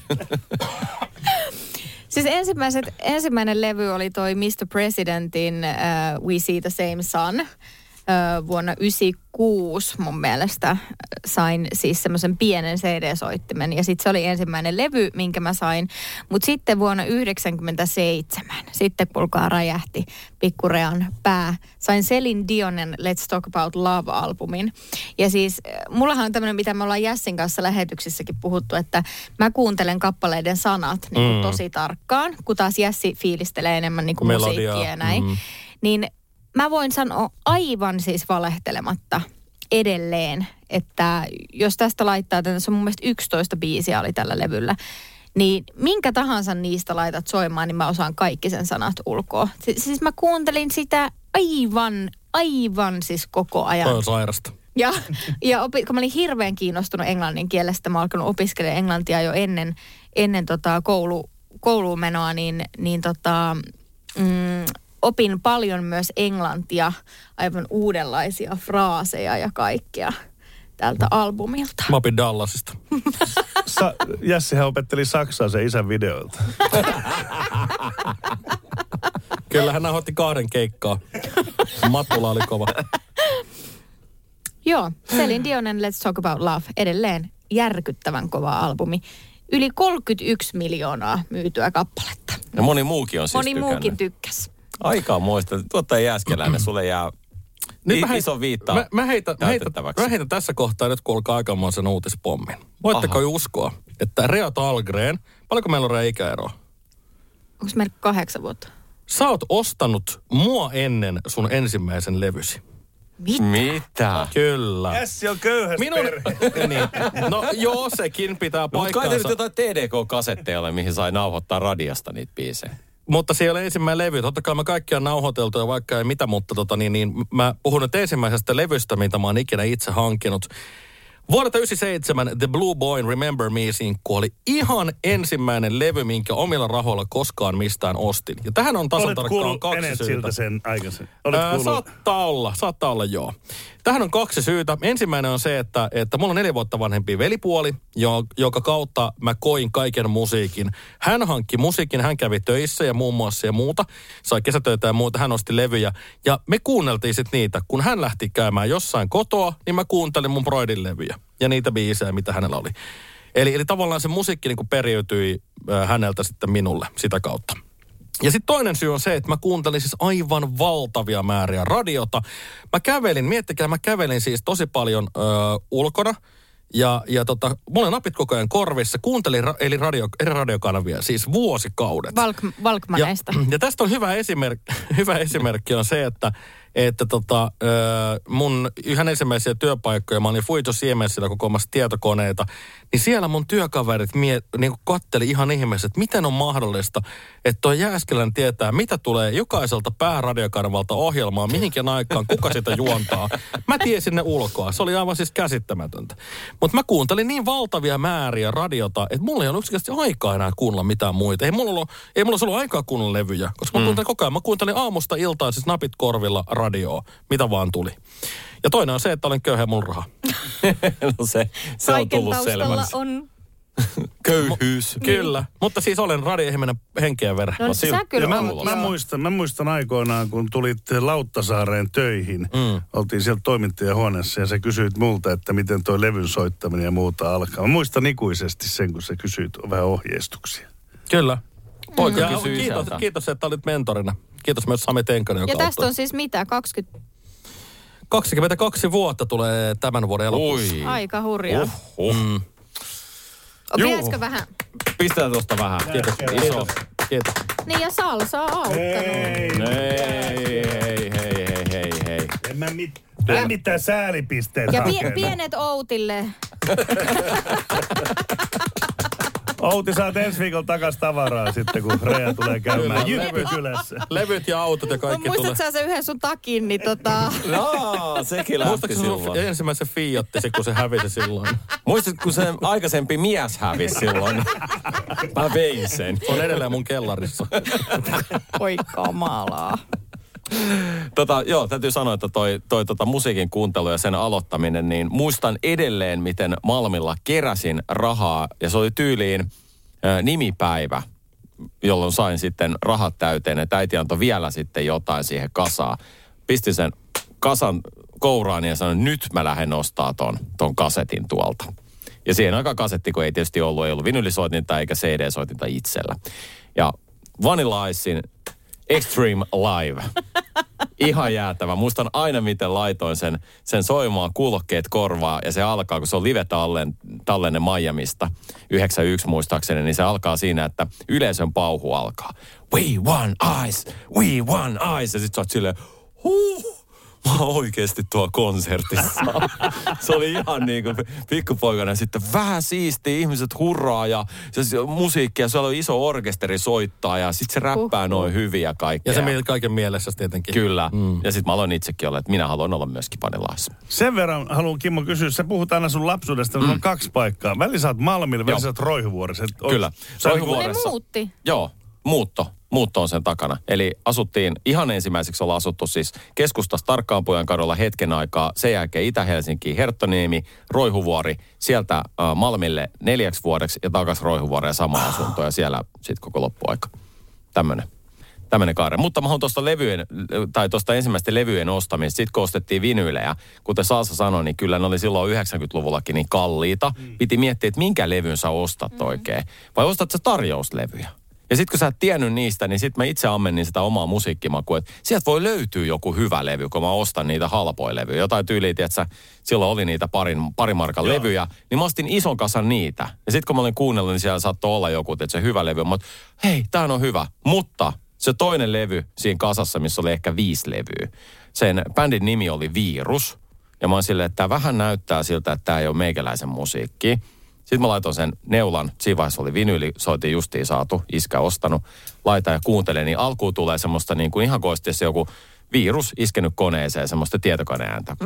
F: Siis ensimmäinen levy oli toi Mr. Presidentin We See the Same Sun. Vuonna 1996 mun mielestä sain siis semmoisen pienen CD-soittimen. Ja sitten se oli ensimmäinen levy, minkä mä sain. Mutta sitten vuonna 1997, sitten kuulkaa räjähti pikkurean pää. Sain Celine Dionin Let's Talk About Love-albumin. Ja siis mullahan on tämmöinen, mitä me ollaan Jässin kanssa lähetyksissäkin puhuttu, että mä kuuntelen kappaleiden sanat niin kuin tosi tarkkaan, kun taas Jässi fiilistelee enemmän niin kuin musiikkia ja näin. Niin mä voin sanoa aivan siis valehtelematta edelleen, että jos tästä laittaa, tässä on mun mielestä 11 biisiä oli tällä levyllä, niin minkä tahansa niistä laitat soimaan, niin mä osaan kaikki sen sanat ulkoa. Siis mä kuuntelin sitä aivan siis koko ajan.
J: Toi on sairasta.
F: Ja kun mä olin hirveän kiinnostunut englannin kielestä, mä oon alkanut opiskelemaan englantia jo ennen kouluun menoa, opin paljon myös englantia, aivan uudenlaisia fraaseja ja kaikkea tältä albumilta.
J: Mä opin Dallasista.
I: Jässihän opetteli saksaa sen isän videoilta.
J: Kyllä hän nauhoitti 2 keikkaa. Matula oli kova.
F: Joo, Celine Dionin Let's Talk About Love, edelleen järkyttävän kova albumi. Yli 31 miljoonaa myytyä kappaletta.
E: Ja moni muukin on siis
F: Moni muukin tykkäs.
E: Aikaa muista. Tuottaja Jääskeläinen, sulle jää Iso viittaa
J: mä heitän tässä kohtaa nyt, kun olkaa aikamoisen uutispommin. Voitteko uskoa, että Rea Dahlgren, paljonko meillä on Rea ikäeroa?
F: Onko meillä 8 vuotta?
J: Sä oot ostanut mua ennen sun ensimmäisen levysi.
E: Mitä?
J: Kyllä.
H: Jässi on köyhästä
J: niin. No joo, sekin pitää paikkaansa.
E: Kai te nyt jotain TDK-kasetteja ole, mihin sai nauhoittaa radiosta niitä biisejä.
J: Mutta se ei ole ensimmäinen levy. Totta kai mä kaikkia on nauhoiteltu ja vaikka ei mitä, mutta mä puhun nyt ensimmäisestä levystä, mitä mä oon ikinä itse hankinut. Vuodelta 1997 The Blue Boy Remember Me-sinkku oli ihan ensimmäinen levy, minkä omilla rahoilla koskaan mistään ostin. Ja tähän on tasan tarkkaan 2 syytä.
H: Sen aikaisin?
J: Saattaa olla joo. Tähän on 2 syytä. Ensimmäinen on se, että mulla on 4 vuotta vanhempi velipuoli, joka kautta mä koin kaiken musiikin. Hän hankki musiikin, hän kävi töissä ja muun muassa ja muuta. Sai kesätöitä ja muuta, hän osti levyjä. Ja me kuunneltiin sitten niitä. Kun hän lähti käymään jossain kotoa, niin mä kuuntelin mun broidin levyjä. Ja niitä biisejä, mitä hänellä oli. Eli tavallaan se musiikki niin kuin periytyi häneltä sitten minulle sitä kautta. Ja sitten toinen syy on se, että mä kuuntelin siis aivan valtavia määriä radiota. Mä kävelin siis tosi paljon ulkona. Ja mulla napit koko ajan korvissa. Kuuntelin eri radiokanavia, siis vuosikaudet.
F: Valkmaneista.
J: Ja tästä on hyvä esimerkki on se, että mun yhden ensimmäisiä työpaikkoja, mä olin Fuito Siemensillä kokoamassa tietokoneita, niin siellä mun työkaverit niin katteli ihan ihmeessä, että miten on mahdollista, että toi Jääskelän tietää, mitä tulee jokaiselta pääradiokanavalta ohjelmaa, mihinkin aikaan, kuka sitä juontaa. Mä tiesin ne ulkoa, se oli aivan siis käsittämätöntä. Mutta mä kuuntelin niin valtavia määriä radiota, että mulla ei ollut yksinkertaisesti aikaa enää kuunnella mitään muita. Ei mulla ollut aikaa kuunnella levyjä, koska mä kuuntelin koko ajan. Mä kuuntelin aamusta iltaan siis napit korvilla radioa, mitä vaan tuli. Ja toinen on se, että olen köyhä mun raha.
E: No se on tullut selväksi.
F: On
E: köyhyys.
J: Kyllä, mutta siis olen radioihminen henkeä verran.
F: No sä kyllä
H: mä muistan aikoinaan, kun tulit Lauttasaareen töihin. Oltiin siellä toimittajahuoneessa ja sä kysyit multa, että miten toi levyn soittaminen ja muuta alkaa. Mä muistan ikuisesti sen, kun sä kysyit vähän ohjeistuksia.
J: Kyllä.
E: Poika kysyy
J: kiitos, että olit mentorina. Kiitos myös Sami Tenkanen, joka
F: ja tästä on siis mitä?
J: 22 vuotta tulee tämän vuoden elokuussa.
F: Aika hurjaa. Pitäisikö vähän?
E: Pistetään tuosta vähän. Kiitos. Iso. Kiitos.
F: Niin ja salsa on auttanut.
E: Hei.
H: En mitään säälipisteet.
F: Ja pienet Outille.
H: Outi, saat ensi viikolla takas tavaraa sitten, kun Rea tulee käymään Jyppykylässä.
J: Levyt ja autot ja kaikki tulee.
F: Muistatko sä yhden sun takin, niin
E: sekin lähti silloin.
J: Muistatko ensimmäisen Fiattisi, kun se hävisi silloin?
E: Muistatko, kun se aikaisempi mies hävisi silloin? Mä vein sen.
J: Se on edelleen mun kellarissa.
F: Oi kamalaa.
E: Joo, täytyy sanoa, että toi musiikin kuuntelu ja sen aloittaminen, niin muistan edelleen, miten Malmilla keräsin rahaa, ja se oli tyyliin nimipäivä, jolloin sain sitten rahat täyteen, että äiti antoi vielä sitten jotain siihen kasaan. Pistin sen kasan kouraani ja sanoin, nyt mä lähden ostaa ton kasetin tuolta. Ja siihen aikaan kasetti, kun ei tietysti ollut, ei ollut vinylisoitinta eikä CD-soitinta itsellä. Ja Vanilla Icein Extreme Live. Ihan jäätävä. Muistan aina, miten laitoin sen soimaan, kuulokkeet korvaa, ja se alkaa, kun se on live-tallenne Miamista, 91 muistaakseni, niin se alkaa siinä, että yleisön pauhu alkaa. We want ice, we want ice. Ja sit sä oot silleen, mä oon oikeesti tuo konsertissa. Se oli ihan niin kuin pikkupoikana. Sitten vähän siistiä, ihmiset hurraa ja musiikkia. Se oli iso orkesteri soittaa ja sitten se räppää noin hyviä kaikkea.
J: Ja se meillä kaiken mielessä tietenkin.
E: Kyllä. Ja sitten mä aloin itsekin olla, että minä haluan olla myöskin Vanilla.
H: Sen verran haluan, Kimmo, kysyä. Sä puhut aina sun lapsuudesta, on 2 paikkaa. Välillä sä oot Malmilla, välillä sä oot Roihuvuoressa.
E: Kyllä.
F: Roihuvuoressa. Ne muutti.
E: Joo, muutto on sen takana. Eli asuttiin, ihan ensimmäiseksi ollaan asuttu siis keskustassa Tarkkaanpojan kadulla hetken aikaa, sen jälkeen Itä-Helsinkiin, Herttoniemi, Roihuvuori, sieltä Malmille 4 vuodeksi ja takaisin Roihuvuoreen sama asunto ja siellä sitten koko loppuaika. Tämmöinen kaare. Mutta mä oon tuosta ensimmäisten levyjen ostamista, sitten kun ostettiin vinyylejä, kuten Salsa sanoi, niin kyllä ne oli silloin 90-luvullakin niin kalliita. Piti miettiä, että minkä levyn sä ostat oikein. Vai ostat sä tarjouslevyjä? Ja sitten kun sä et tiennyt niistä, niin sitten mä itse ammennin sitä omaa musiikkimakua. Että sieltä voi löytyä joku hyvä levy, kun mä ostan niitä halpoja levyjä. Jotain tyyliä, että silloin oli niitä parin markan levyjä. Niin mä ostin ison kasan niitä. Ja sitten kun mä olin kuunnellut, niin siellä saattoi olla joku, että se hyvä levy. Mutta hei, tää on hyvä. Mutta se toinen levy siinä kasassa, missä oli ehkä 5 levyä. Sen bändin nimi oli Virus. Ja mä oon silleen, että tää vähän näyttää siltä, että tää ei ole meikäläisen musiikki. Sitten mä laitoin sen neulan, siinä vaiheessa oli vinyyli, soitin justiin saatu, iskä ostanut, laitan ja kuuntelen, niin alkuun tulee semmoista niin kuin ihan koistiessa joku virus iskenyt koneeseen, semmoista tietokoneääntä.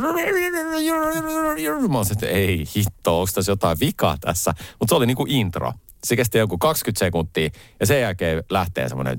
E: Mä oon että ei hitto, onko tässä jotain vikaa tässä? Mutta se oli niin kuin intro. Se kesti joku 20 sekuntia ja sen jälkeen lähtee semmoinen...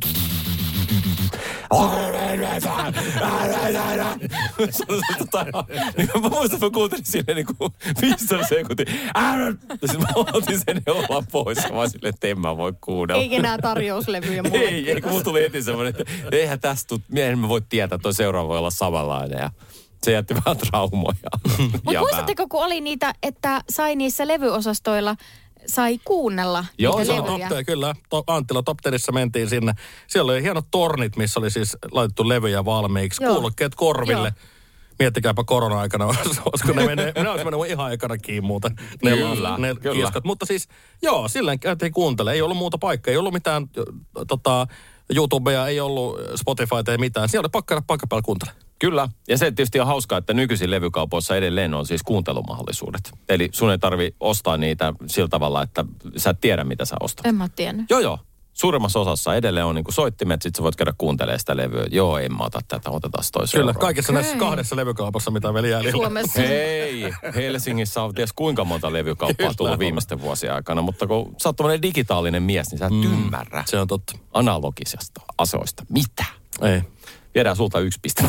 E: Mä muistan, että mä kuuntelin sinne niinku 15 sekuntia. Ja sitten mä otin sen neulan pois. Mä oon silleen, että en mä voi kuunnella.
F: Ei enää tarjouslevyjä mulle.
E: Ei, kun mun tuli heti semmoinen, että eihän tästä tule, en mä voi tietää, että toi seuraava voi olla samanlainen. Ja se jätti vähän traumoja.
F: Mutta muistatteko, kun oli niitä, että sai niissä levyosastoilla... Sai kuunnella.
J: Joo, se on totta, kyllä. Anttila Top 10:ssä mentiin sinne. Siellä oli hienot tornit, missä oli siis laitettu levyjä valmiiksi. Joo. Kuulokkeet korville. Joo. Miettikääpä korona-aikana, olisiko ne mennyt ihan aikana kiinni muuten. Ne kieskat. Mutta siis, joo, silleen käytiin kuuntelemaan. Ei ollut muuta paikkaa, ei ollut mitään YouTubea, ei ollut Spotifyta, ei mitään. Siellä oli pakka päällä kuuntelemaan.
E: Kyllä, ja se tietysti on hauskaa, että nykyisin levykaupoissa edelleen on siis kuuntelumahdollisuudet. Eli sun ei tarvi ostaa niitä sillä tavalla, että sä et tiedä, mitä sä ostat.
F: En mä tiennyt.
E: Joo. Suurimmassa osassa edelleen on niinku soittimet, sit sä voit käydä kuuntelemaan sitä levyä. Joo, en mä ota tätä, otetaan toi seuraava.
J: Kyllä, kaikissa näissä 2 levykaupassa, mitä vielä jäljellä.
F: Suomessa.
E: Hei, Helsingissä on ties kuinka monta levykauppaa tullut viimeisten vuosien aikana, mutta kun sä oot tommonen digitaalinen mies, niin sä et ymmärrä.
J: Se on totta.
E: Analogisesta asioista. Mitä?
J: Ei.
E: Viedään sulta 1 piste.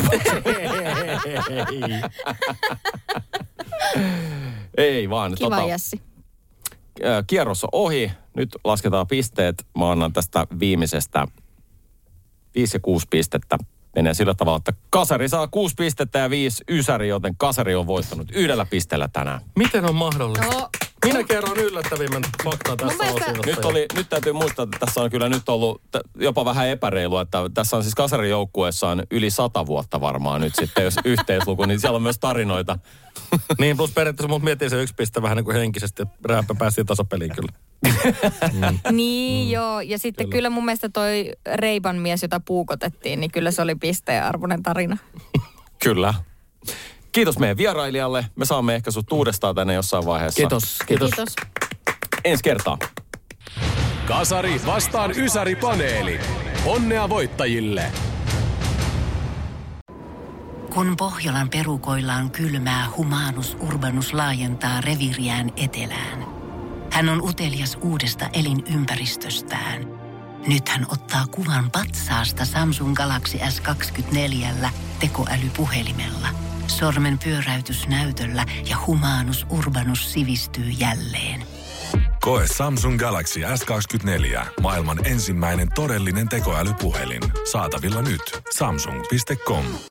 E: Ei vaan.
F: Kiva, Jessi.
E: Kierros on ohi. Nyt lasketaan pisteet. Mä annan tästä viimeisestä 5 ja 6 pistettä. Menee sillä tavalla, että kasari saa 6 pistettä ja 5 ysäri, joten kasari on voittanut 1 pisteellä tänään.
J: Miten on mahdollista? No. Minä kerron yllättävimmän faktaa tässä osiossa.
E: Nyt täytyy muistaa, että tässä on kyllä nyt ollut jopa vähän epäreilua, että tässä on siis kasarijoukkueessaan yli 100 vuotta varmaan nyt sitten, jos yhteisluku, niin siellä on myös tarinoita.
J: Niin, plus periaatteessa mut miettii se 1 piste vähän niin kuin henkisesti, että rääppä päästiin tasapeliin kyllä.
F: Niin joo, ja sitten kyllä mun mielestä toi Reiban mies, jota puukotettiin, niin kyllä se oli pisteen-arvoinen tarina.
E: Kyllä. Kiitos meidän vierailijalle. Me saamme ehkä sut uudestaan tänne jossain vaiheessa.
G: Kiitos.
E: Ensi kertaa.
D: Kasari vastaan Ysäri-paneeli. Onnea voittajille!
A: Kun Pohjolan perukoillaan kylmää, Humanus Urbanus laajentaa reviiriään etelään. Hän on utelias uudesta elinympäristöstään. Nyt hän ottaa kuvan patsaasta Samsung Galaxy S24 tekoälypuhelimella. Sormen pyöräytys näytöllä ja Humanus Urbanus sivistyy jälleen.
B: Koe Samsung Galaxy S24. Maailman ensimmäinen todellinen tekoälypuhelin. Saatavilla nyt. Samsung.com.